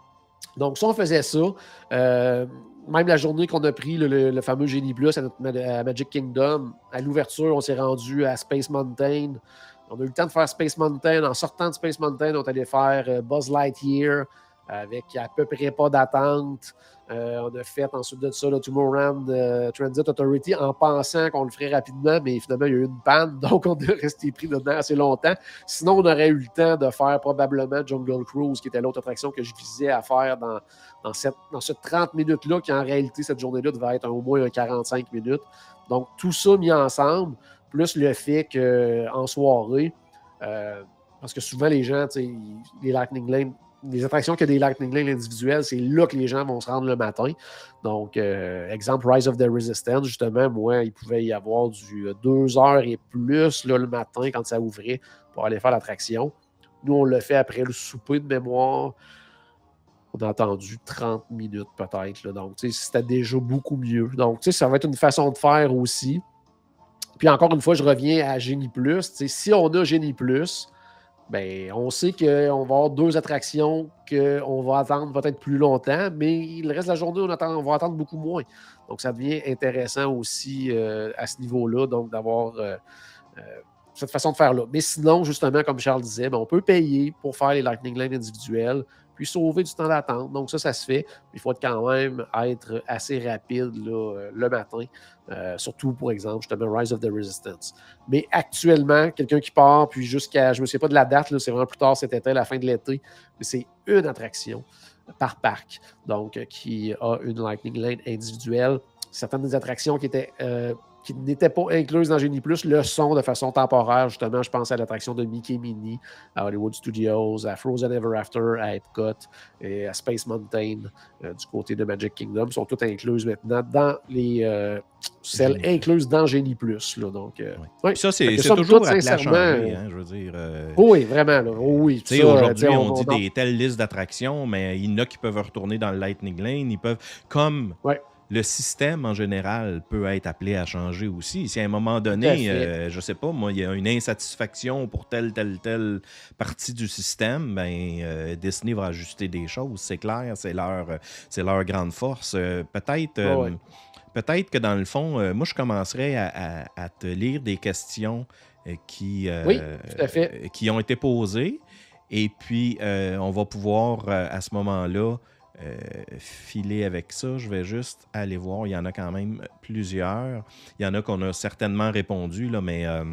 Donc, ça, on faisait ça. Euh, même la journée qu'on a pris le, le- le fameux Genie Plus à, notre, à Magic Kingdom, à l'ouverture, on s'est rendu à Space Mountain. On a eu le temps de faire Space Mountain. En sortant de Space Mountain, on est allé faire euh, Buzz Lightyear avec à peu près pas d'attente. Euh, on a fait ensuite de ça le Tomorrowland euh, Transit Authority en pensant qu'on le ferait rapidement, mais finalement, il y a eu une panne, donc on est resté pris dedans assez longtemps. Sinon, on aurait eu le temps de faire probablement Jungle Cruise, qui était l'autre attraction que je visais à faire dans, dans, cette, dans ce trente minutes-là, qui en réalité, cette journée-là, devait être au moins un quarante-cinq minutes. Donc, tout ça mis ensemble, plus le fait qu'en soirée, euh, parce que souvent, les gens, tu sais, les Lightning Lane, les attractions qui ont des Lightning Lane individuels, c'est là que les gens vont se rendre le matin. Donc, euh, exemple, Rise of the Resistance, justement, moi, il pouvait y avoir du deux heures et plus là, le matin quand ça ouvrait pour aller faire l'attraction. Nous, on l'a fait après le souper de mémoire. On a attendu trente minutes peut-être. Là. Donc, tu sais, c'était déjà beaucoup mieux. Donc, tu sais, ça va être une façon de faire aussi. Puis encore une fois, je reviens à Genie Plus. Tu sais, si on a Genie Plus, ben, on sait qu'on va avoir deux attractions qu'on va attendre peut-être plus longtemps, mais le reste de la journée, on, attend, on va attendre beaucoup moins. Donc, ça devient intéressant aussi euh, à ce niveau-là, donc d'avoir euh, euh, cette façon de faire-là. Mais sinon, justement, comme Charles disait, ben, on peut payer pour faire les Lightning Lane individuels, puis sauver du temps d'attente. Donc, ça, ça se fait. Il faut quand même être assez rapide là, le matin, euh, surtout, pour exemple, justement, Rise of the Resistance. Mais actuellement, quelqu'un qui part, puis jusqu'à, je ne me souviens pas de la date, là, c'est vraiment plus tard cet été, la fin de l'été, mais c'est une attraction par parc, donc qui a une Lightning Lane individuelle. Certaines des attractions qui étaient... Euh, qui n'étaient pas incluses dans Genie Plus, le sont de façon temporaire. Justement, je pense à l'attraction de Mickey Minnie, à Hollywood Studios, à Frozen Ever After, à Epcot et à Space Mountain euh, du côté de Magic Kingdom. Elles sont toutes incluses maintenant dans les euh, celles Genie incluses dans Genie Plus. Là, donc, euh, Oui. oui. Puis ça, c'est Fait que c'est somme toujours toute, appelé à sincèrement, changer, euh, hein, je veux dire. euh, oui, vraiment. Là. Oui, Tu sais, ça, euh, tu aujourd'hui, sais, on, on, dit on en- des telles listes d'attractions, mais il y en a qui peuvent retourner dans le Lightning Lane. Ils peuvent, comme Ouais, le système en général peut être appelé à changer aussi. Si à un moment tout à donné, fait. euh, je sais pas, moi, il y a une insatisfaction pour telle, telle, telle partie du système, ben euh, Disney va ajuster des choses, c'est clair, c'est leur, euh, c'est leur grande force. Euh, peut-être, Ouais, euh, ouais. peut-être que dans le fond, euh, moi, je commencerais à, à- à te lire des questions euh, qui, Oui, euh, tout à fait. euh, qui ont été posées. Et puis, euh, on va pouvoir, euh, à ce moment-là, euh, filer avec ça. Je vais juste aller voir. Il y en a quand même plusieurs. Il y en a qu'on a certainement répondu, là, mais... euh,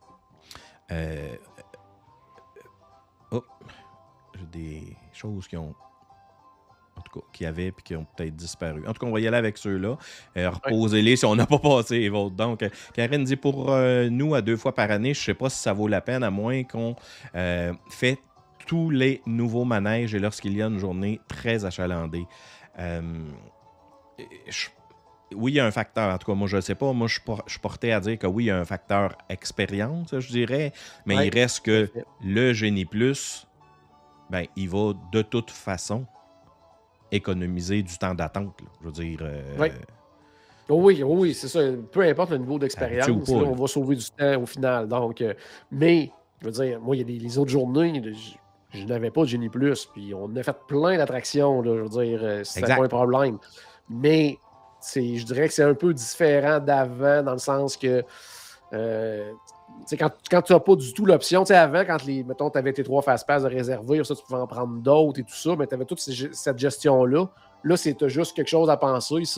euh, oh, j'ai des choses qui ont... En tout cas, qui avaient puis qui ont peut-être disparu. En tout cas, on va y aller avec ceux-là. Euh, Ouais. reposez-les si on n'a pas passé les vôtres. Donc, euh, Karine dit pour euh, nous, à deux fois par année, je ne sais pas si ça vaut la peine, à moins qu'on euh, fait tous les nouveaux manèges et lorsqu'il y a une journée très achalandée. Euh, je- oui, il y a un facteur. En tout cas, moi, je ne sais pas. Moi, je suis por- je suis porté à dire que oui, il y a un facteur expérience, je dirais. Mais Ouais, il reste tout à que fait. le Génie Plus, ben, il va de toute façon économiser du temps d'attente. Là. Je veux dire, euh, Oui. Oh oui, oh oui, c'est ça. Peu importe le niveau habitué ou d'expérience, pas. là, là. on va sauver du temps au final. Donc, euh, mais, je veux dire, moi, il y a des, les autres journées, là, je, je n'avais pas de Genie Plus, puis on a fait plein d'attractions, là, je veux dire, euh, c'était pas Exact. un problème. Mais, c'est, je dirais que c'est un peu différent d'avant, dans le sens que, euh, tu sais, quand, quand tu n'as pas du tout l'option, tu sais, avant, quand les, mettons, tu avais tes trois fast-pass de réserver, ça, tu pouvais en prendre d'autres et tout ça, mais tu avais toute ces- cette gestion-là. Là, c'est t'as juste quelque chose à penser, c'est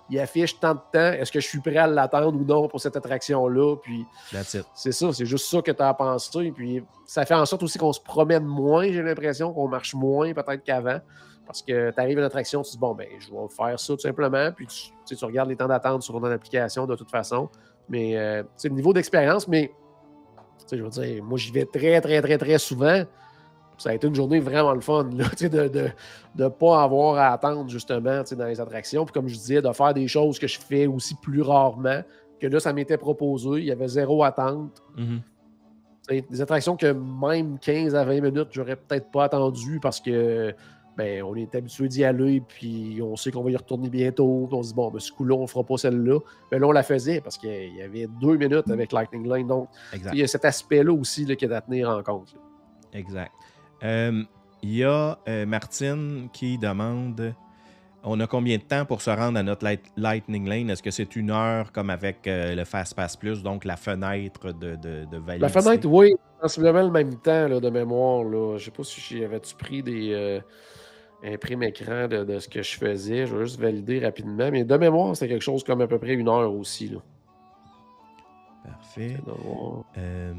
il affiche tant de temps, est-ce que je suis prêt à l'attendre ou non pour cette attraction-là? Puis That's it. c'est ça, c'est juste ça que tu as à penser. Puis ça fait en sorte aussi qu'on se promène moins, j'ai l'impression, qu'on marche moins peut-être qu'avant. Parce que tu arrives à une attraction, tu te dis, bon, ben, je vais faire ça tout simplement. Puis tu, tu sais, tu regardes les temps d'attente sur ton application de toute façon. Mais euh, c'est le niveau d'expérience, mais tu sais, je veux dire, moi, j'y vais très, très, très, très souvent. Ça a été une journée vraiment le fun, là, tu sais, de ne de, de pas avoir à attendre, justement, tu sais, dans les attractions. Puis comme je disais, de faire des choses que je fais aussi plus rarement, que là, ça m'était proposé. Il y avait zéro attente. Mhm. Tu sais, des attractions que même quinze à vingt minutes, j'aurais peut-être pas attendu parce que ben, on est habitué d'y aller, puis on sait qu'on va y retourner bientôt. Puis on se dit, bon, ben, ce coup-là, on ne fera pas celle-là. Mais là, on la faisait parce qu'il y avait deux minutes avec Lightning Lane. Donc, il y a cet aspect-là aussi là, qu'il y a à tenir en compte. Là. Exact. Euh, Il y a euh, Martine qui demande on a combien de temps pour se rendre à notre light, Lightning Lane? Est-ce que c'est une heure comme avec euh, le FastPass Plus, donc la fenêtre de, de, de validité? La fenêtre, oui, sensiblement le même temps là, de mémoire. Là. Je ne sais pas si j'avais-tu pris des euh, imprimes écran de, de ce que je faisais. Je vais juste valider rapidement. Mais de mémoire, c'est quelque chose comme à peu près une heure aussi. Là. Parfait. Euh,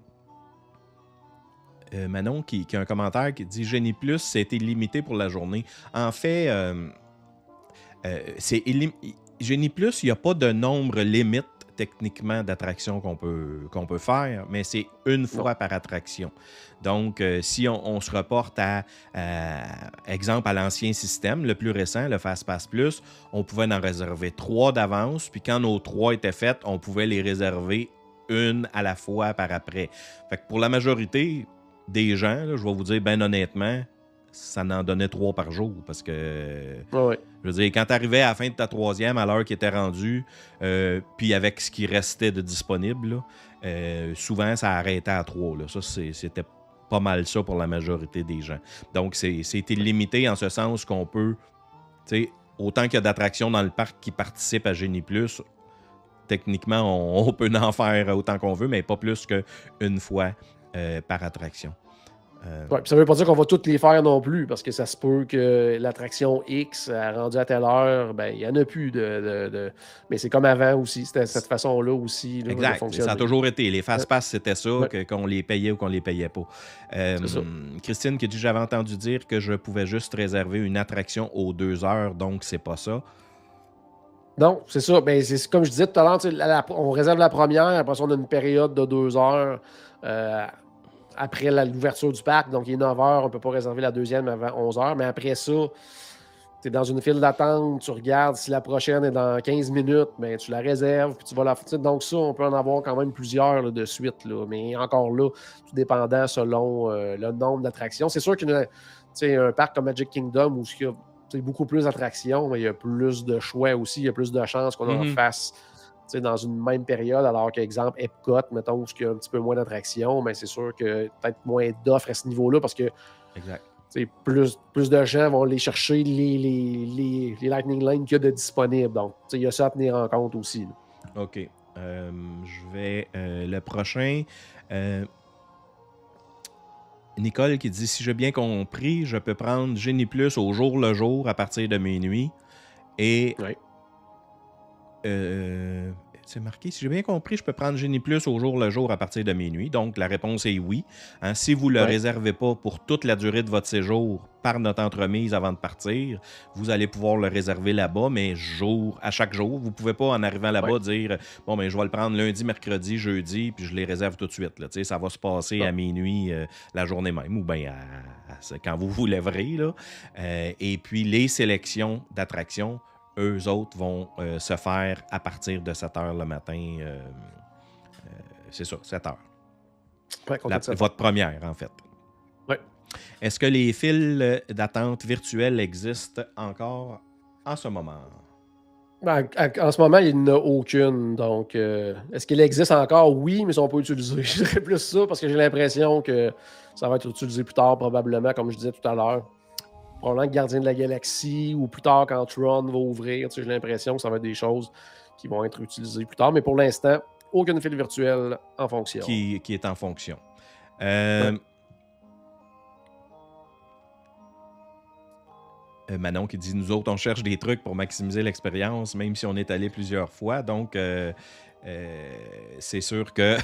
euh, Manon qui, qui a un commentaire qui dit Génie Plus, c'était limité pour la journée. En fait, euh, euh, c'est élim... Génie Plus, il n'y a pas de nombre limite techniquement d'attractions qu'on peut, qu'on peut faire, mais c'est une fois non. par attraction. Donc, euh, si on, on se reporte à, euh, exemple, à l'ancien système, le plus récent, le FastPass Plus, on pouvait en réserver trois d'avance, puis quand nos trois étaient faites, on pouvait les réserver une à la fois par après. Fait que pour la majorité des gens, là, je vais vous dire bien honnêtement, ça en donnait trois par jour parce que, ouais, ouais. je veux dire, quand tu arrivais à la fin de ta troisième, à l'heure qui était rendue, euh, puis avec ce qui restait de disponible, là, euh, souvent ça arrêtait à trois. Là. Ça, c'est, c'était pas mal ça pour la majorité des gens. Donc, c'est, c'était limité en ce sens qu'on peut, tu sais, autant qu'il y a d'attractions dans le parc qui participent à Génie Plus, techniquement, on, on peut en faire autant qu'on veut, mais pas plus qu'une fois euh, par attraction. Euh... Ouais, ça ne veut pas dire qu'on va toutes les faire non plus, parce que ça se peut que l'attraction X a rendu à telle heure, ben il n'y en a plus de, de, de... Mais c'est comme avant aussi, c'était cette façon-là aussi. Là, exact, ça a toujours été. Les fast-pass, c'était ça, ouais. que, qu'on les payait ou qu'on les payait pas. Euh, Christine qui dit, j'avais entendu dire que je pouvais juste réserver une attraction aux deux heures, donc c'est pas ça. Non, c'est ça. Ben, c'est comme je disais tout à l'heure, la, la, on réserve la première, après ça, on a une période de deux heures euh, après la, l'ouverture du parc. Donc, il est neuf heures, on ne peut pas réserver la deuxième avant onze heures. Mais après ça, tu es dans une file d'attente, tu regardes si la prochaine est dans quinze minutes, ben, tu la réserves, puis tu vas la faire. Donc, ça, on peut en avoir quand même plusieurs là, de suite. Là. Mais encore là, tout dépendant selon euh, le nombre d'attractions. C'est sûr qu'un parc comme Magic Kingdom où il y a c'est beaucoup plus d'attractions, mais il y a plus de choix aussi, il y a plus de chances qu'on mm-hmm. en fasse dans une même période, alors qu'exemple, Epcot, mettons, où il y a un petit peu moins d'attractions, mais c'est sûr que peut-être moins d'offres à ce niveau-là, parce que exact. Plus, plus de gens vont aller chercher les, les, les, les Lightning Lane qu'il y a de disponibles. Donc, il y a ça à tenir en compte aussi. Là. OK. Euh, je vais... Euh, le prochain... Euh... Nicole qui dit « Si j'ai bien compris, je peux prendre Génie Plus au jour le jour à partir de minuit. » Et... Oui. Euh, c'est marqué « Si j'ai bien compris, je peux prendre Génie Plus au jour le jour à partir de minuit. » Donc, la réponse est oui. Hein, si vous ne le oui. réservez pas pour toute la durée de votre séjour par notre entremise avant de partir, vous allez pouvoir le réserver là-bas, mais jour, à chaque jour. Vous ne pouvez pas, en arrivant là-bas, oui. dire « Bon, ben, je vais le prendre lundi, mercredi, jeudi, puis je les réserve tout de suite. » Là. Ça va se passer oui. à minuit euh, la journée même, ou bien à, à, quand vous vous lèverez. Là. Euh, et puis, les sélections d'attractions, eux autres vont euh, se faire à partir de sept heures le matin. Euh, euh, c'est ça, sept heures. Ouais, La, votre première, en fait. Oui. Est-ce que les files d'attente virtuelles existent encore en ce moment? Ben, en ce moment, il n'y en a aucune. Donc, euh, est-ce qu'il existe encore? Oui, mais ils ne sont pas utilisés. Je dirais plus ça parce que j'ai l'impression que ça va être utilisé plus tard, probablement, comme je disais tout à l'heure. Probablement que Gardien de la Galaxie ou plus tard quand Tron va ouvrir. Tu sais, j'ai l'impression que ça va être des choses qui vont être utilisées plus tard. Mais pour l'instant, aucune file virtuelle en fonction. Qui, qui est en fonction. Euh... Ouais. Euh, Manon qui dit, nous autres, on cherche des trucs pour maximiser l'expérience, même si on est allé plusieurs fois. Donc, euh, euh, c'est sûr que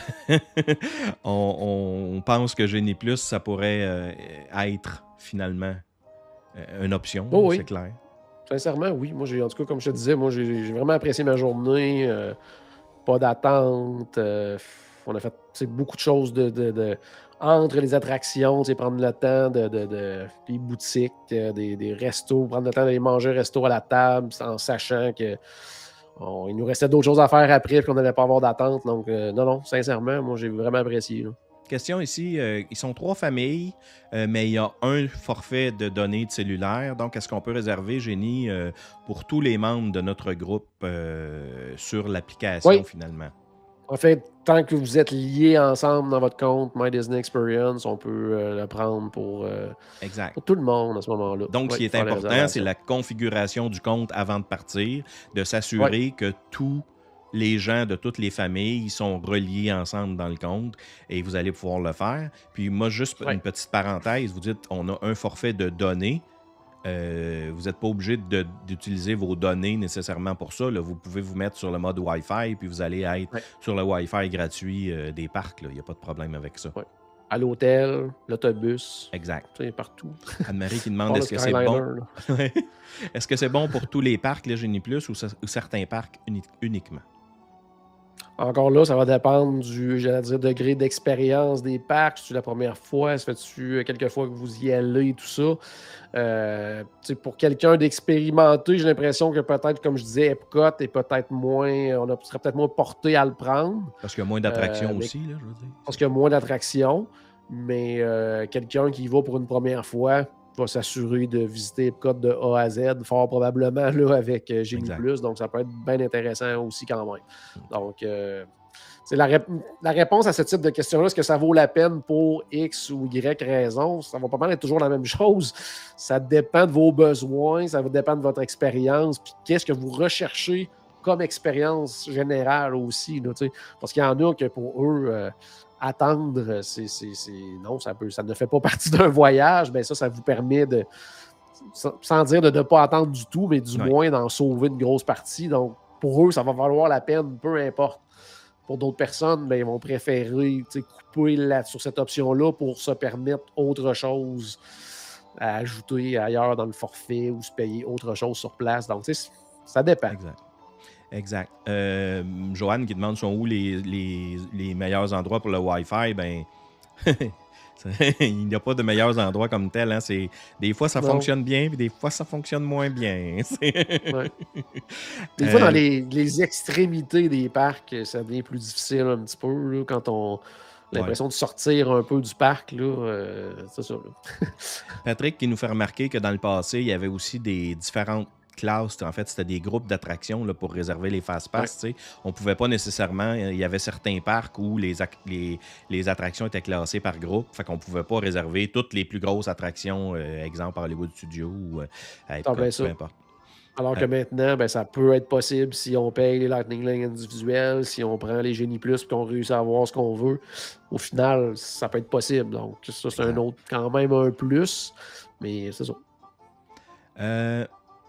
on, on pense que Génie Plus, ça pourrait euh, être finalement euh, une option, Oh là, oui, c'est clair. sincèrement, oui. Moi, j'ai, en tout cas, comme je te disais, moi, j'ai j'ai vraiment apprécié ma journée. euh, pas d'attente. euh, on a fait tu sais, beaucoup de choses de, de- de- entre les attractions, tu sais, prendre le temps de, de- de- des boutiques, euh, des, des restos, prendre le temps d'aller manger un resto à la table en sachant que on- il nous restait d'autres choses à faire après et qu'on n'allait pas avoir d'attente. Donc, euh, non, non, sincèrement, moi, j'ai vraiment apprécié. Là. Question ici, euh, ils sont trois familles, euh, mais il y a un forfait de données de cellulaire. Donc, est-ce qu'on peut réserver, Génie, euh, pour tous les membres de notre groupe euh, sur l'application Oui, finalement? en fait, tant que vous êtes liés ensemble dans votre compte My Disney Experience, on peut euh, le prendre pour, euh, Exact. pour tout le monde à ce moment-là. Donc, ce Oui, qui est faire les important, c'est réservations. la configuration du compte avant de partir, de Oui, s'assurer que tous les gens de toutes les familles sont reliés ensemble dans le compte et vous allez pouvoir le faire. Puis moi, juste oui. une petite parenthèse, vous dites on a un forfait de données. Euh, vous n'êtes pas obligé de- d'utiliser vos données nécessairement pour ça. Là. Vous pouvez vous mettre sur le mode Wi-Fi, puis vous allez être Oui. sur le Wi-Fi gratuit euh, des parcs. Il n'y a pas de problème avec ça. Ouais. À l'hôtel, l'autobus, Exact. tu sais, partout. Anne-Marie qui À demande part le est-ce que c'est bon Skyliner, là. Ouais. Est-ce que c'est bon pour tous les parcs, le Génie Plus, ou, ce- ou certains parcs uni- uniquement? Encore là, ça va dépendre du, j'allais dire, degré d'expérience des parcs. C'est la première fois, ça fait-tu quelques fois que vous y allez, tout ça. Euh, tu sais, pour quelqu'un d'expérimenté, j'ai l'impression que peut-être, comme je disais, Epcot est peut-être moins, on a- serait peut-être moins porté à le prendre. Parce qu'il y a moins d'attractions Euh, mais aussi, là, je veux dire. parce qu'il y a moins d'attractions. Mais euh, quelqu'un qui y va pour une première fois va s'assurer de visiter Epcot de A à Z, fort probablement là, avec euh, Génie Exact. Plus. Donc, ça peut être bien intéressant aussi quand même. Donc, euh, c'est la, rép- la réponse à ce type de question-là, est-ce que ça vaut la peine pour X ou Y raison? Ça va pas mal être toujours la même chose. Ça dépend de vos besoins, ça va dépendre de votre expérience, puis qu'est-ce que vous recherchez comme expérience générale aussi. Là, tu sais. Parce qu'il y en a que pour eux, euh, attendre, c'est, c'est- c'est- non, ça, peut, ça ne fait pas partie d'un voyage. Ben ça, ça vous permet de, sans, sans dire de ne pas attendre du tout, mais du Ouais. moins d'en sauver une grosse partie. Donc, pour eux, ça va valoir la peine, peu importe. Pour d'autres personnes, ben, ils vont préférer tu sais, couper la- sur cette option-là pour se permettre autre chose à ajouter ailleurs dans le forfait ou se payer autre chose sur place. Donc, tu sais, ça dépend. Exact. Exact. Euh, Joanne qui demande sont où les, les, les meilleurs endroits pour le Wi-Fi. Ben, il n'y a pas de meilleurs endroits comme tel. Hein. C'est, des fois, ça Non. fonctionne bien, puis des fois, ça fonctionne moins bien. C'est- Ouais. Des fois, dans Euh, les, les extrémités des parcs, ça devient plus difficile un petit peu là, quand on a l'impression de sortir un peu du parc. Là, euh, c'est ça. Là. Patrick qui nous fait remarquer que dans le passé, il y avait aussi des différentes classes. En fait, c'était des groupes d'attractions là, pour réserver les fast-pass. tu sais. On ne pouvait pas nécessairement... Il y avait certains parcs où les, ac- les, les attractions étaient classées par groupe. Fait qu'on ne pouvait pas réserver toutes les plus grosses attractions, euh, exemple Hollywood Studios ou euh, à T'en Epcot, plein ça. peu importe. Alors que Euh, maintenant, ben, ça peut être possible si on paye les Lightning Lane individuels, si on prend les Génie Plus et qu'on réussit à avoir ce qu'on veut. Au final, ça peut être possible. Donc, ça, c'est un Exact. autre, quand même un plus. Mais c'est ça. Euh,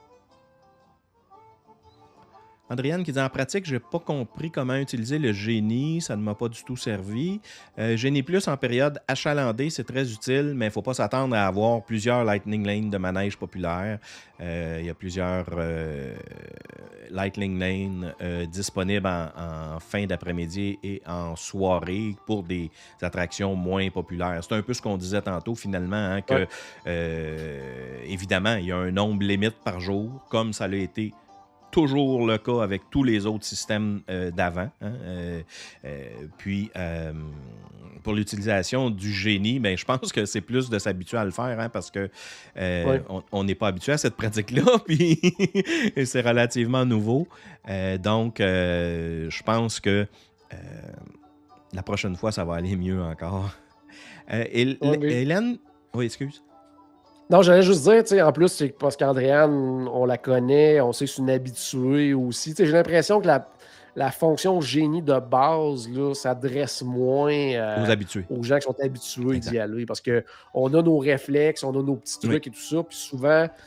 Andréane qui dit en pratique, j'ai pas compris comment utiliser le génie, ça ne m'a pas du tout servi. Euh, Génie Plus en période achalandée, c'est très utile, mais il ne faut pas s'attendre à avoir plusieurs Lightning Lane de manège populaire. Euh, Il y a plusieurs euh, Lightning Lane euh, disponibles en, en fin d'après-midi et en soirée pour des attractions moins populaires. C'est un peu ce qu'on disait tantôt finalement, hein, que Ouais. euh, évidemment, il y a un nombre limite par jour, comme ça l'a été toujours le cas avec tous les autres systèmes euh, d'avant. hein. Euh, euh, puis, euh, pour l'utilisation du génie, ben, je pense que c'est plus de s'habituer à le faire hein, parce que euh, Ouais. on- on n'est pas habitué à cette pratique-là, puis c'est relativement nouveau. Euh, donc, euh, je pense que euh, la prochaine fois, ça va aller mieux encore. Euh, Hé- Ouais, mais- Hélène... Oui, excuse. Non, j'allais juste dire, tu sais, en plus, c'est parce qu'Andréane, on la connaît, on sait que c'est une habituée aussi. Tu sais, j'ai l'impression que la, la fonction génie de base, là, s'adresse moins euh, Aux habitués. aux gens qui sont habitués Exact. d'y aller. Parce qu'on a nos réflexes, on a nos petits trucs Oui. et tout ça. Puis souvent,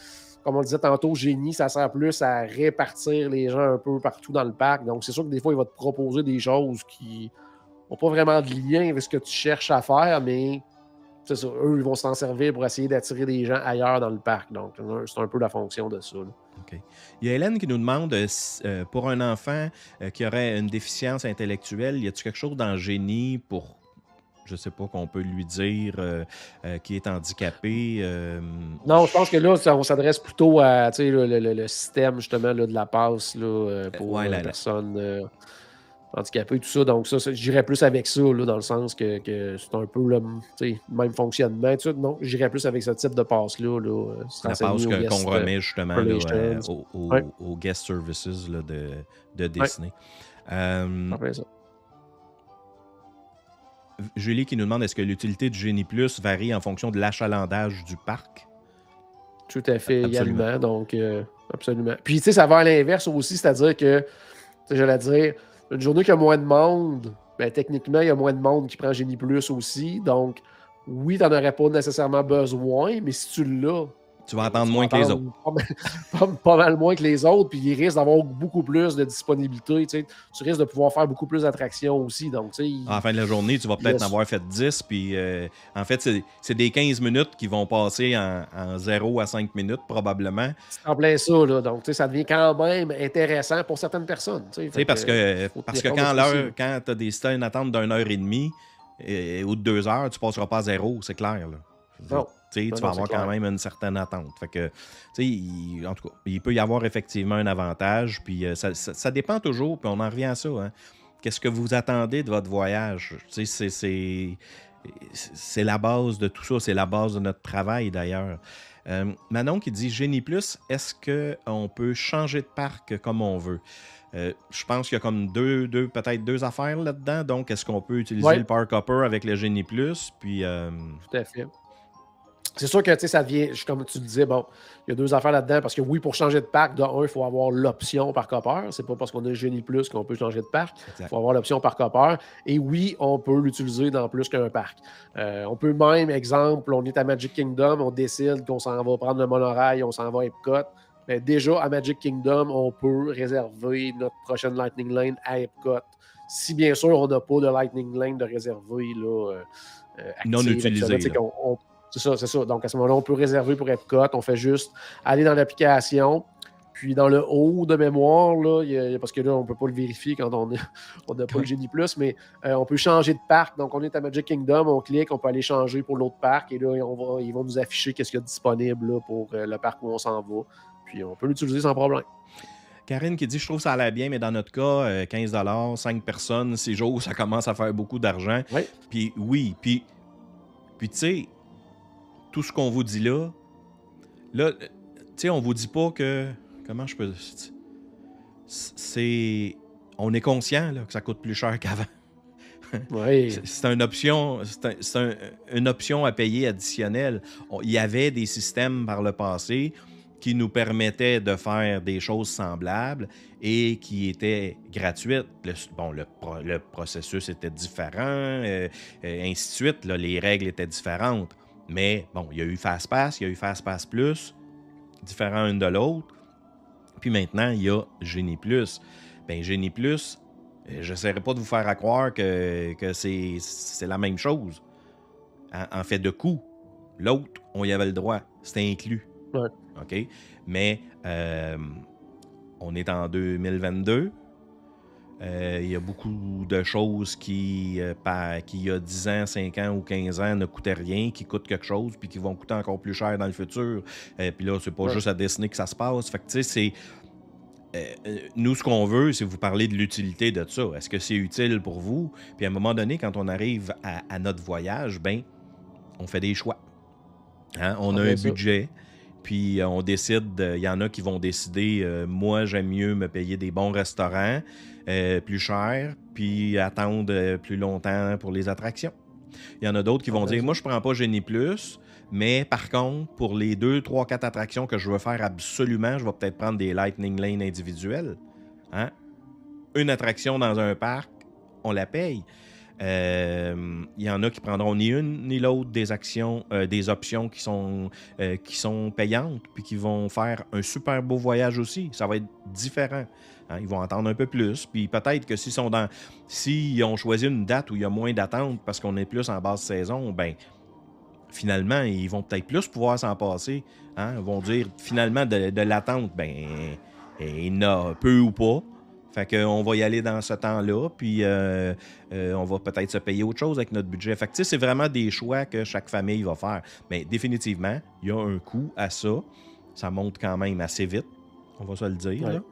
comme on le disait tantôt, Génie, ça sert plus à répartir les gens un peu partout dans le parc. Donc, c'est sûr que des fois, il va te proposer des choses qui n'ont pas vraiment de lien avec ce que tu cherches à faire, mais c'est ça, eux, ils vont s'en servir pour essayer d'attirer des gens ailleurs dans le parc. Donc, c'est un peu la fonction de ça. Là. OK. Il y a Hélène qui nous demande, euh, si, euh, pour un enfant euh, qui aurait une déficience intellectuelle, y a-t-il quelque chose dans Génie pour, je sais pas, qu'on peut lui dire euh, euh, qui est handicapé? euh, Non, je pense que là, ça- on s'adresse plutôt à tu sais, le, le- le- le système justement là, de la passe là, euh, pour Ouais, euh, la, la- personnes euh, handicapées, tout ça. Donc, ça, ça, j'irais plus avec ça, là, dans le sens que, que c'est un peu le tu sais, même fonctionnement. Tout ça. Non, j'irais plus avec ce type de passe-là. Là, euh, se la renseigner passe au que- qu'on guest euh, remet justement là, euh, relations. au, au- Ouais, au guest services là, de, de ouais, Disney. Euh, après ça. Julie qui nous demande est-ce que l'utilité du Génie Plus varie en fonction de l'achalandage du parc? Tout à fait Absolument. également. Donc, euh, absolument. Puis, tu sais, ça va à l'inverse aussi, c'est-à-dire que, tu sais, j'allais dire, une journée qui a moins de monde, ben, techniquement, il y a moins de monde qui prend Génie Plus aussi. Donc, oui, tu n'en aurais pas nécessairement besoin, mais si tu l'as, Tu vas ben, attendre tu vas moins que les autres. attendre pas mal, pas- pas mal moins que les autres, puis il risque d'avoir beaucoup plus de disponibilité. Tu sais. Tu risques de pouvoir faire beaucoup plus d'attractions aussi. Donc, tu sais, il- À la fin de la journée, tu vas il y a- peut-être en avoir fait dix, puis euh, en fait, c'est c'est des quinze minutes qui vont passer en, en zéro à cinq minutes, probablement. c'est en plein ça, là. Donc, tu sais, ça devient quand même intéressant pour certaines personnes. Tu sais, Tu fait sais, parce que, que, faut parce que tenir quand, compte de ça aussi, là. l'heure, quand tu as des stades d'attente d'une heure et demie euh, ou de deux heures, tu passeras pas à zéro, c'est clair. Là. Je veux dire, Non. tu sais, Non, tu non, vas c'est avoir quand clair. même une certaine attente. Fait que, tu sais, il- en tout cas, il peut y avoir effectivement un avantage, puis euh, ça, ça- ça dépend toujours, puis on en revient à ça. Hein. Qu'est-ce que vous attendez de votre voyage? Tu sais, c'est- c'est c'est la base de tout ça, c'est la base de notre travail d'ailleurs. Euh, Manon qui dit Génie Plus, est-ce qu'on peut changer de parc comme on veut? Euh, je pense qu'il y a comme deux, deux peut-être deux affaires là-dedans. Donc, est-ce qu'on peut utiliser Oui, le Park Hopper avec le Génie Plus? Puis, euh, tout à fait. C'est sûr que, tu sais, ça vient, je- comme tu le disais, bon, il y a deux affaires là-dedans, parce que oui, pour changer de parc, de un, il faut avoir l'option Parc Hopper. C'est pas parce qu'on a le Génie Plus qu'on peut changer de parc. Il exact. faut avoir l'option Parc Hopper. Et oui, on peut l'utiliser dans plus qu'un parc. Euh, on peut même, exemple, on est à Magic Kingdom, on décide qu'on s'en va prendre le monorail, on s'en va à Epcot. Mais déjà, à Magic Kingdom, on peut réserver notre prochaine Lightning Lane à Epcot. Si bien sûr, on n'a pas de Lightning Lane de réserver là, euh, euh, Non active, utilisé, actuellement. Tu sais, là. qu'on- on- C'est ça, c'est ça. Donc, à ce moment-là, on peut réserver pour Epcot. On fait juste aller dans l'application. Puis, dans le haut de mémoire, là, il y a- parce que là, on ne peut pas le vérifier quand on est- on n'a pas Ouais. le Génie Plus, mais euh, on peut changer de parc. Donc, on est à Magic Kingdom, on clique, on peut aller changer pour l'autre parc. Et là, on va, ils vont nous afficher qu'est-ce qu'il y a de disponible là, pour euh, le parc où on s'en va. Puis, on peut l'utiliser sans problème. Karine qui dit je trouve ça a l'air bien, mais dans notre cas, euh, quinze dollars, cinq personnes, six jours, ça commence à faire beaucoup d'argent. Oui, Puis oui, puis, puis tu sais, tout ce qu'on vous dit là, là, tu sais, on vous dit pas que. Comment je peux. C'est. On est conscient là, que ça coûte plus cher qu'avant. oui. C'est c'est une option, c'est un- c'est un- une option à payer additionnelle. On- Il y avait des systèmes par le passé qui nous permettaient de faire des choses semblables et qui étaient gratuites. Le, bon, le, pro- le processus était différent, euh, euh, ainsi de suite. Là, les règles étaient différentes. Mais bon, il y a eu FastPass, il y a eu FastPass Plus, différents une de l'autre. Puis maintenant, il y a Génie Plus. Ben, Génie Plus, euh, j'essaierai pas de vous faire à croire que, que c'est c'est la même chose. En, en fait, de coût, l'autre, on y avait le droit. C'était inclus. Ouais. OK? Mais euh, on est en deux mille vingt-deux. Euh, Il y a beaucoup de choses qui, euh, par- qui, il y a dix ans, cinq ans ou quinze ans, ne coûtaient rien, qui coûtent quelque chose, puis qui vont coûter encore plus cher dans le futur. Euh, puis là, c'est pas Ouais. juste à Disney que ça se passe. Fait que, tu sais, c'est. Euh, euh, nous, ce qu'on veut, c'est vous parler de l'utilité de ça. Est-ce que c'est utile pour vous? Puis à un moment donné, quand on arrive à, à notre voyage, ben, on fait des choix. Hein? On Ah, a bien un sûr. budget, puis euh, on décide. Il y en a qui vont décider, euh, moi, j'aime mieux me payer des bons restaurants euh, plus chers, puis attendre euh, plus longtemps pour les attractions. Il y en a d'autres qui Ah, vont bien dire, sûr. moi, je prends pas Génie Plus, mais par contre, pour les deux, trois, quatre attractions que je veux faire absolument, je vais peut-être prendre des Lightning Lane individuelles. Hein? Une attraction dans un parc, on la paye. Euh, Il y en a qui prendront ni une ni l'autre des actions, euh, des options qui sont, euh, qui sont payantes, puis qui vont faire un super beau voyage aussi. Ça va être différent. Hein, ils vont entendre un peu plus. Puis peut-être que s'ils sont dans. S'ils ont choisi une date où il y a moins d'attente parce qu'on est plus en basse saison, ben finalement, ils vont peut-être plus pouvoir s'en passer. Hein? Ils vont dire finalement de, de l'attente, ben il y en a peu ou pas. Fait qu'on va y aller dans ce temps-là, puis euh, euh, on va peut-être se payer autre chose avec notre budget. Fait que tu sais, c'est vraiment des choix que chaque famille va faire. Mais définitivement, il y a un coût à ça. Ça monte quand même assez vite, on va se le dire. Ouais. Là.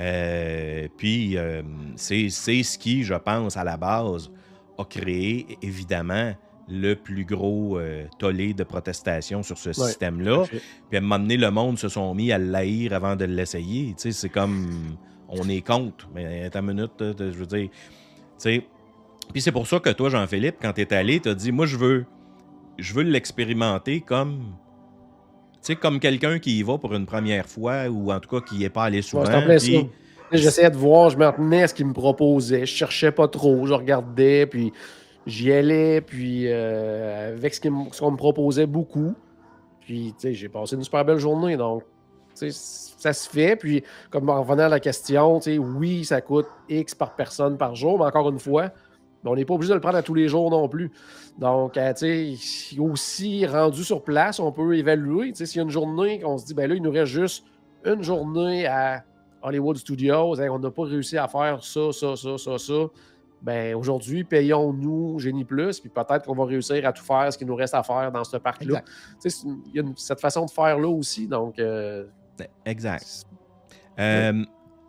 Euh, puis euh, c'est, c'est ce qui, je pense, à la base, a créé évidemment le plus gros euh, tollé de protestation sur ce Ouais, système-là. tout à fait. Puis à un moment donné, le monde se sont mis à l'haïr avant de l'essayer. Tu sais, c'est comme on est contre. Mais attends une minute, là, je veux dire. Tu sais. Puis c'est pour ça que toi, Jean-Philippe, quand t'es allé, t'as dit moi je veux je veux l'expérimenter comme. Tu sais, comme quelqu'un qui y va pour une première fois ou en tout cas qui n'y est pas allé Ouais, c'est en souvent. plein ça. Puis J'essayais de voir, je me retenais à ce qu'il me proposait. Je cherchais pas trop, je regardais, puis j'y allais, puis euh, avec ce qu'il me- ce qu'on me proposait beaucoup. Puis, tu sais, j'ai passé une super belle journée, donc, tu sais, ça se fait. Puis, comme en revenant à la question, tu sais, oui, ça coûte X par personne par jour, mais encore une fois, on n'est pas obligé de le prendre à tous les jours non plus. Donc, euh, tu sais, aussi rendu sur place, on peut évaluer. Tu sais, s'il y a une journée qu'on se dit, ben là, il nous reste juste une journée à Hollywood Studios, hein, on n'a pas réussi à faire ça, ça, ça, ça, ça. Ben aujourd'hui, payons-nous Génie Plus, puis peut-être qu'on va réussir à tout faire ce qu'il nous reste à faire dans ce parc-là. exact. Tu sais, c'est une- il y a une- cette façon de faire là aussi. Donc, euh, Exact. c'est- Euh,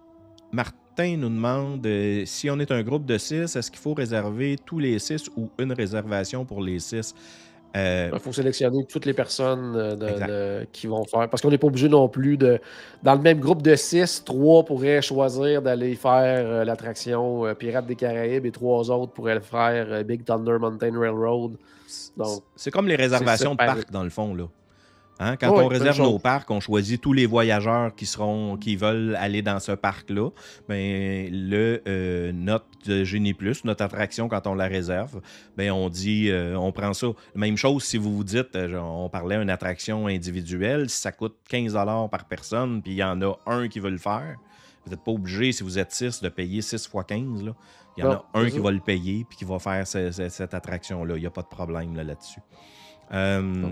Martin nous demande euh, si on est un groupe de six, est-ce qu'il faut réserver tous les six ou une réservation pour les six? Euh, il faut sélectionner toutes les personnes euh, de- exact. de- qui vont faire. Parce qu'on n'est pas obligé non plus de. Dans le même groupe de six, trois pourraient choisir d'aller faire euh, l'attraction euh, Pirates des Caraïbes et trois autres pourraient le faire euh, Big Thunder Mountain Railroad. Donc, C'est comme les c'est réservations de séparé. parcs, dans le fond, là. Hein, quand Oui, on même réserve chose. nos parcs, on choisit tous les voyageurs qui seront, qui veulent aller dans ce parc-là. Ben, le euh, notre de Génie Plus, notre attraction quand on la réserve, ben on dit, euh, on prend ça. Même chose si vous vous dites, euh, genre, on parlait d'une attraction individuelle, si ça coûte quinze dollars par personne, puis il y en a un qui veut le faire, vous n'êtes pas obligé, si vous êtes six, de payer six fois quinze. Là. Il y en Non, a un c'est qui ça. va le payer puis qui va faire ce- ce- cette attraction-là. Il n'y a pas de problème là, là-dessus. Euh, Non.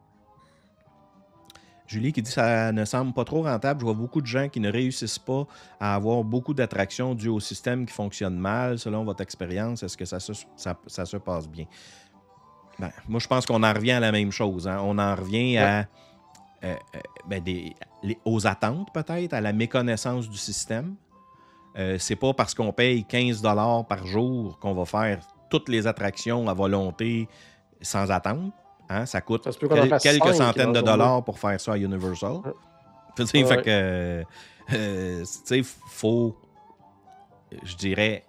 Julie qui dit ça ne semble pas trop rentable. Je vois beaucoup de gens qui ne réussissent pas à avoir beaucoup d'attractions dues au système qui fonctionne mal. Selon votre expérience, est-ce que ça se, ça, ça se passe bien? Ben, moi, je pense qu'on en revient à la même chose. Hein. On en revient à, euh, euh, ben, des, les- aux attentes, peut-être, à la méconnaissance du système. Euh, c'est pas parce qu'on paye quinze dollars par jour qu'on va faire toutes les attractions à volonté sans attente. Hein? Ça coûte Ça se peut qu'on en quel- fasse quelques cinq centaines dans de la journée. dollars pour faire ça à Universal. Ouais. Tu sais, Ouais. fait que, euh, euh, tu sais, faut, je dirais,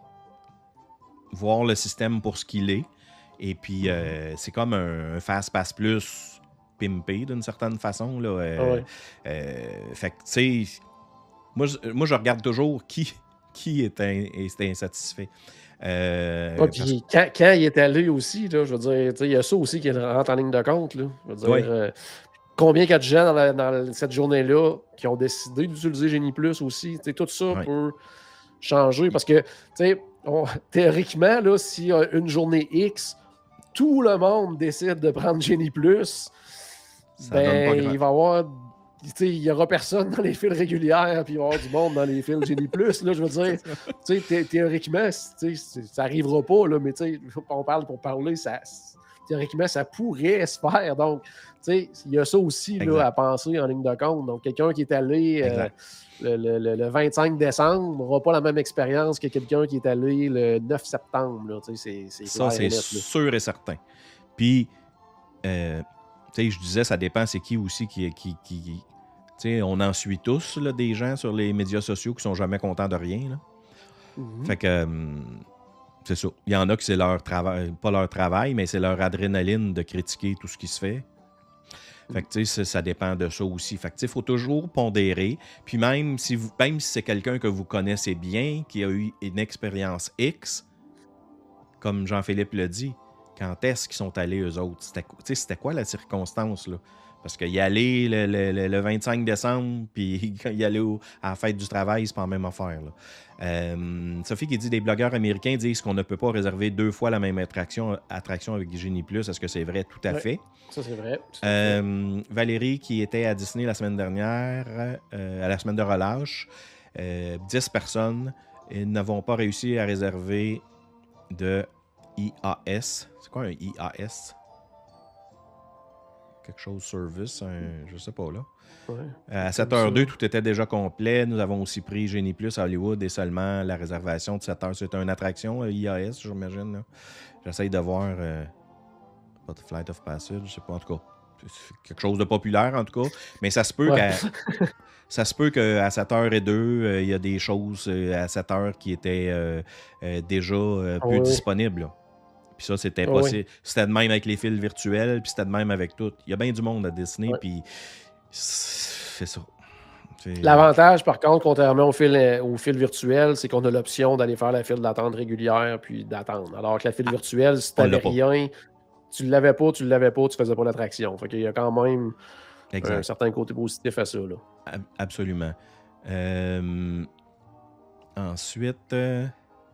voir le système pour ce qu'il est. Et puis, euh, c'est comme un, un Fast Pass Plus pimpé d'une certaine façon. Là. Euh, Ah ouais. euh, fait que, tu sais, moi, je- moi, je regarde toujours qui, qui est, in- est insatisfait. Euh, Ouais, parce- puis quand, quand il est allé aussi, là, je veux dire, tu sais, il y a ça aussi qui rentre en ligne de compte. Là. Je veux dire, Ouais. euh, combien il y a de gens dans, la- dans cette journée-là qui ont décidé d'utiliser Génie Plus aussi? Tu sais, tout ça Ouais. peut changer parce que, tu sais, on- théoriquement, là, s'il y a une journée X, tout le monde décide de prendre Génie Plus, Ça donne pas ben, grand- il va y avoir. Tu sais, il n'y aura personne dans les files régulières, puis il va y avoir du monde dans les files Génie Plus. Là, je veux dire, tu sais, thé- théoriquement, tu sais, c'est- ça n'arrivera pas, là, mais tu sais, on parle pour parler, ça, théoriquement, ça pourrait se faire. Donc, tu sais, il y a ça aussi Exact. là, à penser en ligne de compte. Donc, quelqu'un qui est allé euh, Exact. le, le- le- le vingt-cinq décembre n'aura pas la même expérience que quelqu'un qui est allé le neuf septembre. Là, tu sais, c'est, c'est Ça, clair et c'est net, là. sûr et certain. Puis, euh, tu sais, je disais, ça dépend, c'est qui aussi qui. qui, qui tu sais, on en suit tous, là, des gens sur les médias sociaux qui sont jamais contents de rien. Là. Mhm. Fait que, euh, c'est ça. Il y en a qui c'est leur travail, pas leur travail, mais c'est leur adrénaline de critiquer tout ce qui se fait. Fait que, tu sais, ça, ça dépend de ça aussi. Fait que, tu sais, il faut toujours pondérer. Puis même si, vous, même si c'est quelqu'un que vous connaissez bien, qui a eu une expérience X, comme Jean-Philippe l'a dit, quand est-ce qu'ils sont allés, eux autres? C'était, c'était quoi la circonstance, là? Parce qu'il y allait le, le, le, le vingt-cinq décembre, puis quand il allait au, à la fête du travail, c'est pas la même affaire. Là. Euh, Sophie qui dit des blogueurs américains disent qu'on ne peut pas réserver deux fois la même attraction, attraction avec Genie Plus. Est-ce que c'est vrai? Tout à ouais, fait. Ça, c'est vrai. Euh, Valérie qui était à Disney la semaine dernière, euh, à la semaine de relâche, euh, dix personnes et n'avons pas réussi à réserver de I A S. C'est quoi un I A S? Quelque chose service, un, je sais pas là. Ouais, à sept heures deux, tout était déjà complet. Nous avons aussi pris Genie Plus à Hollywood et seulement la réservation de sept heures. C'est une attraction I A S, j'imagine. Là. J'essaye de voir. Euh, pas de Flight of Passage, je sais pas en tout cas. C'est quelque chose de populaire en tout cas. Mais ça se peut ouais. qu'à. Ça se peut qu'à sept heures deux, il euh, y a des choses euh, à sept heures qui étaient euh, euh, déjà euh, plus oh, disponibles. Là. Puis ça, c'était oh, possible. Oui. C'était de même avec les fils virtuels, puis c'était de même avec tout. Il y a bien du monde à Disney, ouais. Puis c'est ça. C'est... L'avantage, par contre, contrairement au fil, au fil virtuel, c'est qu'on a l'option d'aller faire la file d'attente régulière, puis d'attendre. Alors que la file ah, virtuelle, si tu n'avais rien, tu ne l'avais pas, tu ne l'avais pas, tu ne faisais pas l'attraction. Fait qu'il y a quand même exact. Un certain côté positif à ça. Là. Absolument. Euh... Ensuite... Euh...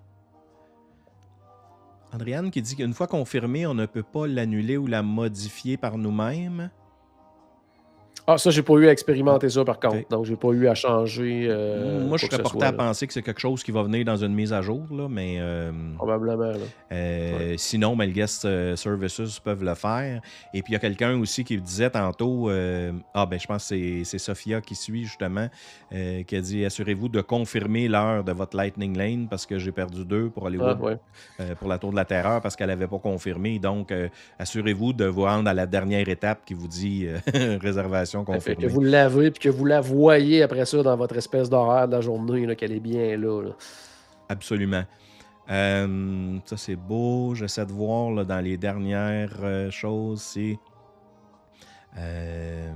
Andréane qui dit qu'une fois confirmée, on ne peut pas l'annuler ou la modifier par nous-mêmes. Ah, ça, j'ai pas eu à expérimenter ça, par contre. Okay. Donc, j'ai pas eu à changer. Euh, Moi, je serais porté soit, à là. penser que c'est quelque chose qui va venir dans une mise à jour, là, mais... Euh, Probablement, là. Euh, ouais. Sinon, mais les guest services peuvent le faire. Et puis, il y a quelqu'un aussi qui disait tantôt... Euh, ah, ben, je pense que c'est, c'est Sophia qui suit, justement, euh, qui a dit « Assurez-vous de confirmer l'heure de votre Lightning Lane parce que j'ai perdu deux pour Hollywood, ah, ouais. euh, pour la Tour de la Terreur, parce qu'elle n'avait pas confirmé. Donc, euh, assurez-vous de vous rendre à la dernière étape qui vous dit euh, réservation. Fait que vous l'avez et que vous la voyez après ça dans votre espèce d'horaire de la journée, là, qu'elle est bien là. là. Absolument. Euh, ça, c'est beau. J'essaie de voir là, dans les dernières euh, choses. C'est. Euh...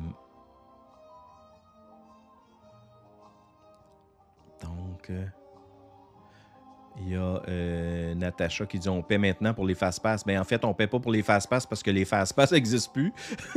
Donc. Euh... Il y a euh, Natacha qui dit on paie maintenant pour les fast-pass. Mais en fait, on ne paie pas pour les fast-pass parce que les fast-pass n'existent plus.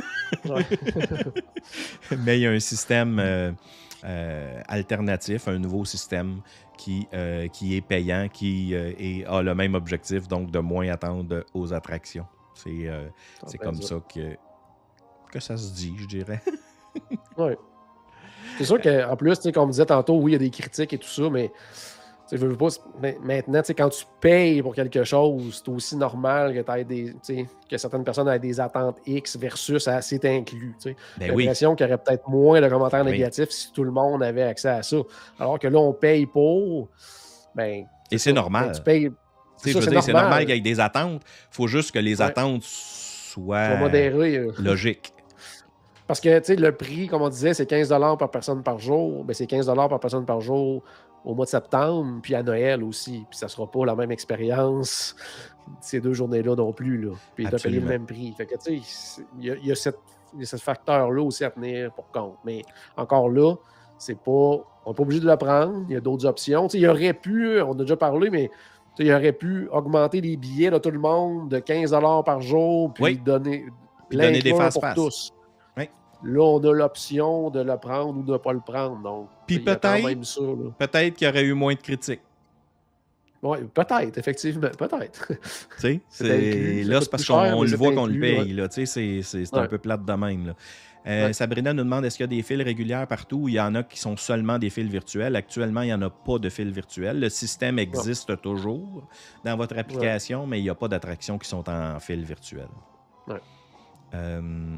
Mais il y a un système euh, euh, alternatif, un nouveau système qui, euh, qui est payant, qui euh, est, a le même objectif, donc de moins attendre aux attractions. C'est, euh, c'est comme ça, ça que, que ça se dit, je dirais. Oui. C'est sûr qu'en plus, comme on disait tantôt, oui, il y a des critiques et tout ça, mais. Je veux pas, maintenant, quand tu payes pour quelque chose, c'est aussi normal que, t'aies des, que certaines personnes aient des attentes X versus à c'est inclus. Ben J'ai l'impression oui. qu'il y aurait peut-être moins de commentaires oui. négatifs si tout le monde avait accès à ça. Alors que là, on paye pour. Ben, Et c'est ça, normal. Ben, tu payes, c'est, ça, c'est, normal. c'est normal qu'il y ait des attentes. Il faut juste que les ouais. attentes soient modérées, logiques. Parce que le prix, comme on disait, c'est quinze dollars par personne par jour. Ben, c'est quinze dollars par personne par jour au mois de septembre, puis à Noël aussi. Puis ça ne sera pas la même expérience ces deux journées-là non plus. Là. Puis tu as payé le même prix. Fait que tu sais, il y a, y a cette, y a ce facteur-là aussi à tenir pour compte. Mais encore là, c'est pas. On n'est pas obligé de le prendre. Il y a d'autres options. Il y aurait pu, on a déjà parlé, mais il aurait pu augmenter les billets de tout le monde de quinze dollars par jour, puis oui. donner, puis donner des fast pour tous. Là, on a l'option de le prendre ou de ne pas le prendre. Donc, puis peut-être, même ça, peut-être qu'il y aurait eu moins de critiques. Oui, peut-être, effectivement, peut-être. Tu sais, c'est... là, c'est parce qu'on cher, on le voit qu'on le paye. Là, c'est c'est, c'est ouais. un peu plate de même. Là. Euh, ouais. Sabrina nous demande, est-ce qu'il y a des fils régulières partout ou il y en a qui sont seulement des fils virtuels? Actuellement, il n'y en a pas de fils virtuels. Le système existe ouais. toujours dans votre application, ouais. mais il n'y a pas d'attractions qui sont en fils virtuels. Ouais. Euh...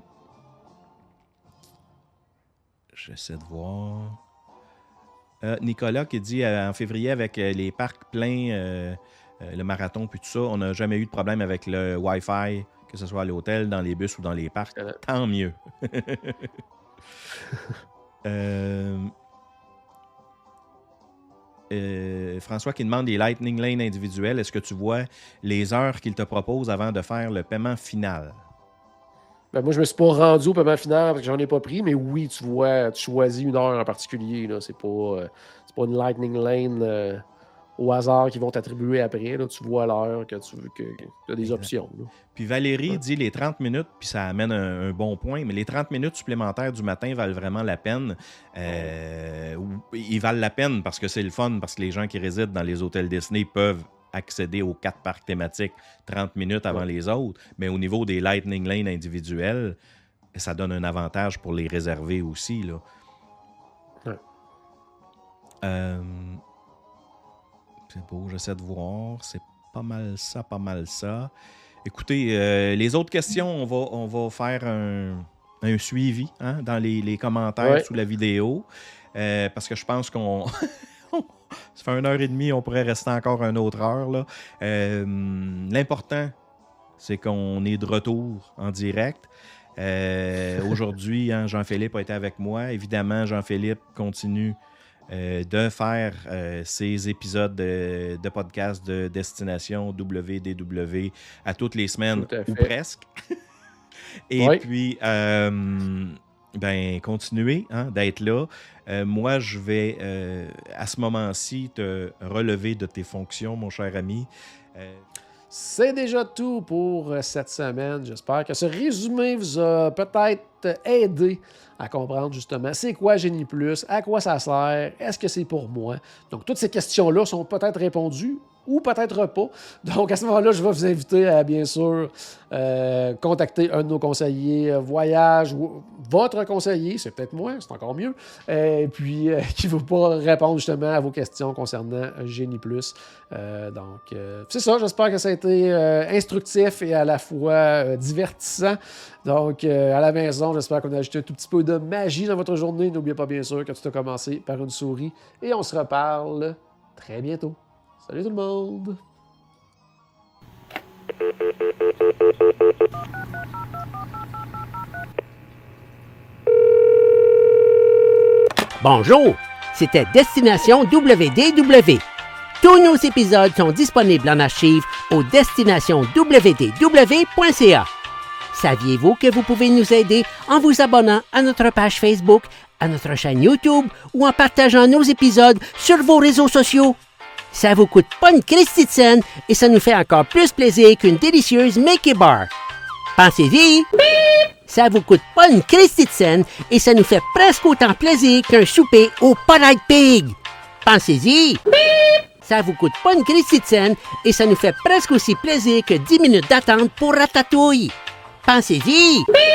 J'essaie de voir. Euh, Nicolas qui dit euh, en février avec euh, les parcs pleins, euh, euh, le marathon puis tout ça, on n'a jamais eu de problème avec le Wi-Fi, que ce soit à l'hôtel, dans les bus ou dans les parcs. Euh... Tant mieux. euh... Euh, François qui demande les Lightning Lane individuels. Est-ce que tu vois les heures qu'il te propose avant de faire le paiement final? Ben moi, je me suis pas rendu au paiement final parce que j'en ai pas pris, mais oui, tu vois, tu choisis une heure en particulier. Là. C'est pas, euh, c'est pas une Lightning Lane euh, au hasard qui vont t'attribuer après. Là, tu vois l'heure que tu veux que, que tu as des options. Là. Puis Valérie Ouais. dit les trente minutes, puis ça amène un, un bon point, mais les trente minutes supplémentaires du matin valent vraiment la peine. Euh, ils valent la peine parce que c'est le fun, parce que les gens qui résident dans les hôtels Disney peuvent accéder aux quatre parcs thématiques trente minutes avant Ouais. les autres. Mais au niveau des Lightning Lane individuels, ça donne un avantage pour les réserver aussi. Là. Ouais. Euh, c'est beau, j'essaie de voir. C'est pas mal ça, pas mal ça. Écoutez, euh, les autres questions, on va, on va faire un, un suivi hein, dans les, les commentaires Ouais. sous la vidéo. Euh, parce que je pense qu'on... ça fait une heure et demie, on pourrait rester encore une autre heure. Là. Euh, l'important, c'est qu'on est de retour en direct. Euh, aujourd'hui, hein, Jean-Philippe a été avec moi. Évidemment, Jean-Philippe continue euh, de faire euh, ses épisodes de, de podcast de Destination W D W à toutes les semaines Tout à ou fait. presque. Et Oui. puis, euh, ben, continuez hein, d'être là. Euh, moi, je vais, euh, à ce moment-ci, te relever de tes fonctions, mon cher ami. Euh, C'est déjà tout pour cette semaine. J'espère que ce résumé vous a peut-être aidé à comprendre justement c'est quoi Génie Plus, à quoi ça sert, est-ce que c'est pour moi. Donc, toutes ces questions-là sont peut-être répondues ou peut-être pas. Donc, à ce moment-là, je vais vous inviter à, bien sûr, euh, contacter un de nos conseillers euh, voyage ou votre conseiller, c'est peut-être moi, c'est encore mieux, et puis euh, qui ne va pas répondre justement à vos questions concernant Génie Plus. Euh, donc, euh, c'est ça, j'espère que ça a été euh, instructif et à la fois euh, divertissant. Donc, euh, à la maison, j'espère qu'on a ajouté un tout petit peu de magie dans votre journée. N'oubliez pas, bien sûr, que tout a commencé par une souris. Et on se reparle très bientôt. Salut tout le monde! Bonjour, c'était Destination W D W. Tous nos épisodes sont disponibles en archive au destination w d w point c a. Saviez-vous que vous pouvez nous aider en vous abonnant à notre page Facebook, à notre chaîne YouTube ou en partageant nos épisodes sur vos réseaux sociaux? Ça vous coûte pas une Christie de scène et ça nous fait encore plus plaisir qu'une délicieuse Mickey Bar. Pensez-y! Ça vous coûte pas une Christie de scène et ça nous fait presque autant plaisir qu'un souper au Polite Pig. Pensez-y! Ça vous coûte pas une Christie de scène et ça nous fait presque aussi plaisir que dix minutes d'attente pour Ratatouille. Pensez-y!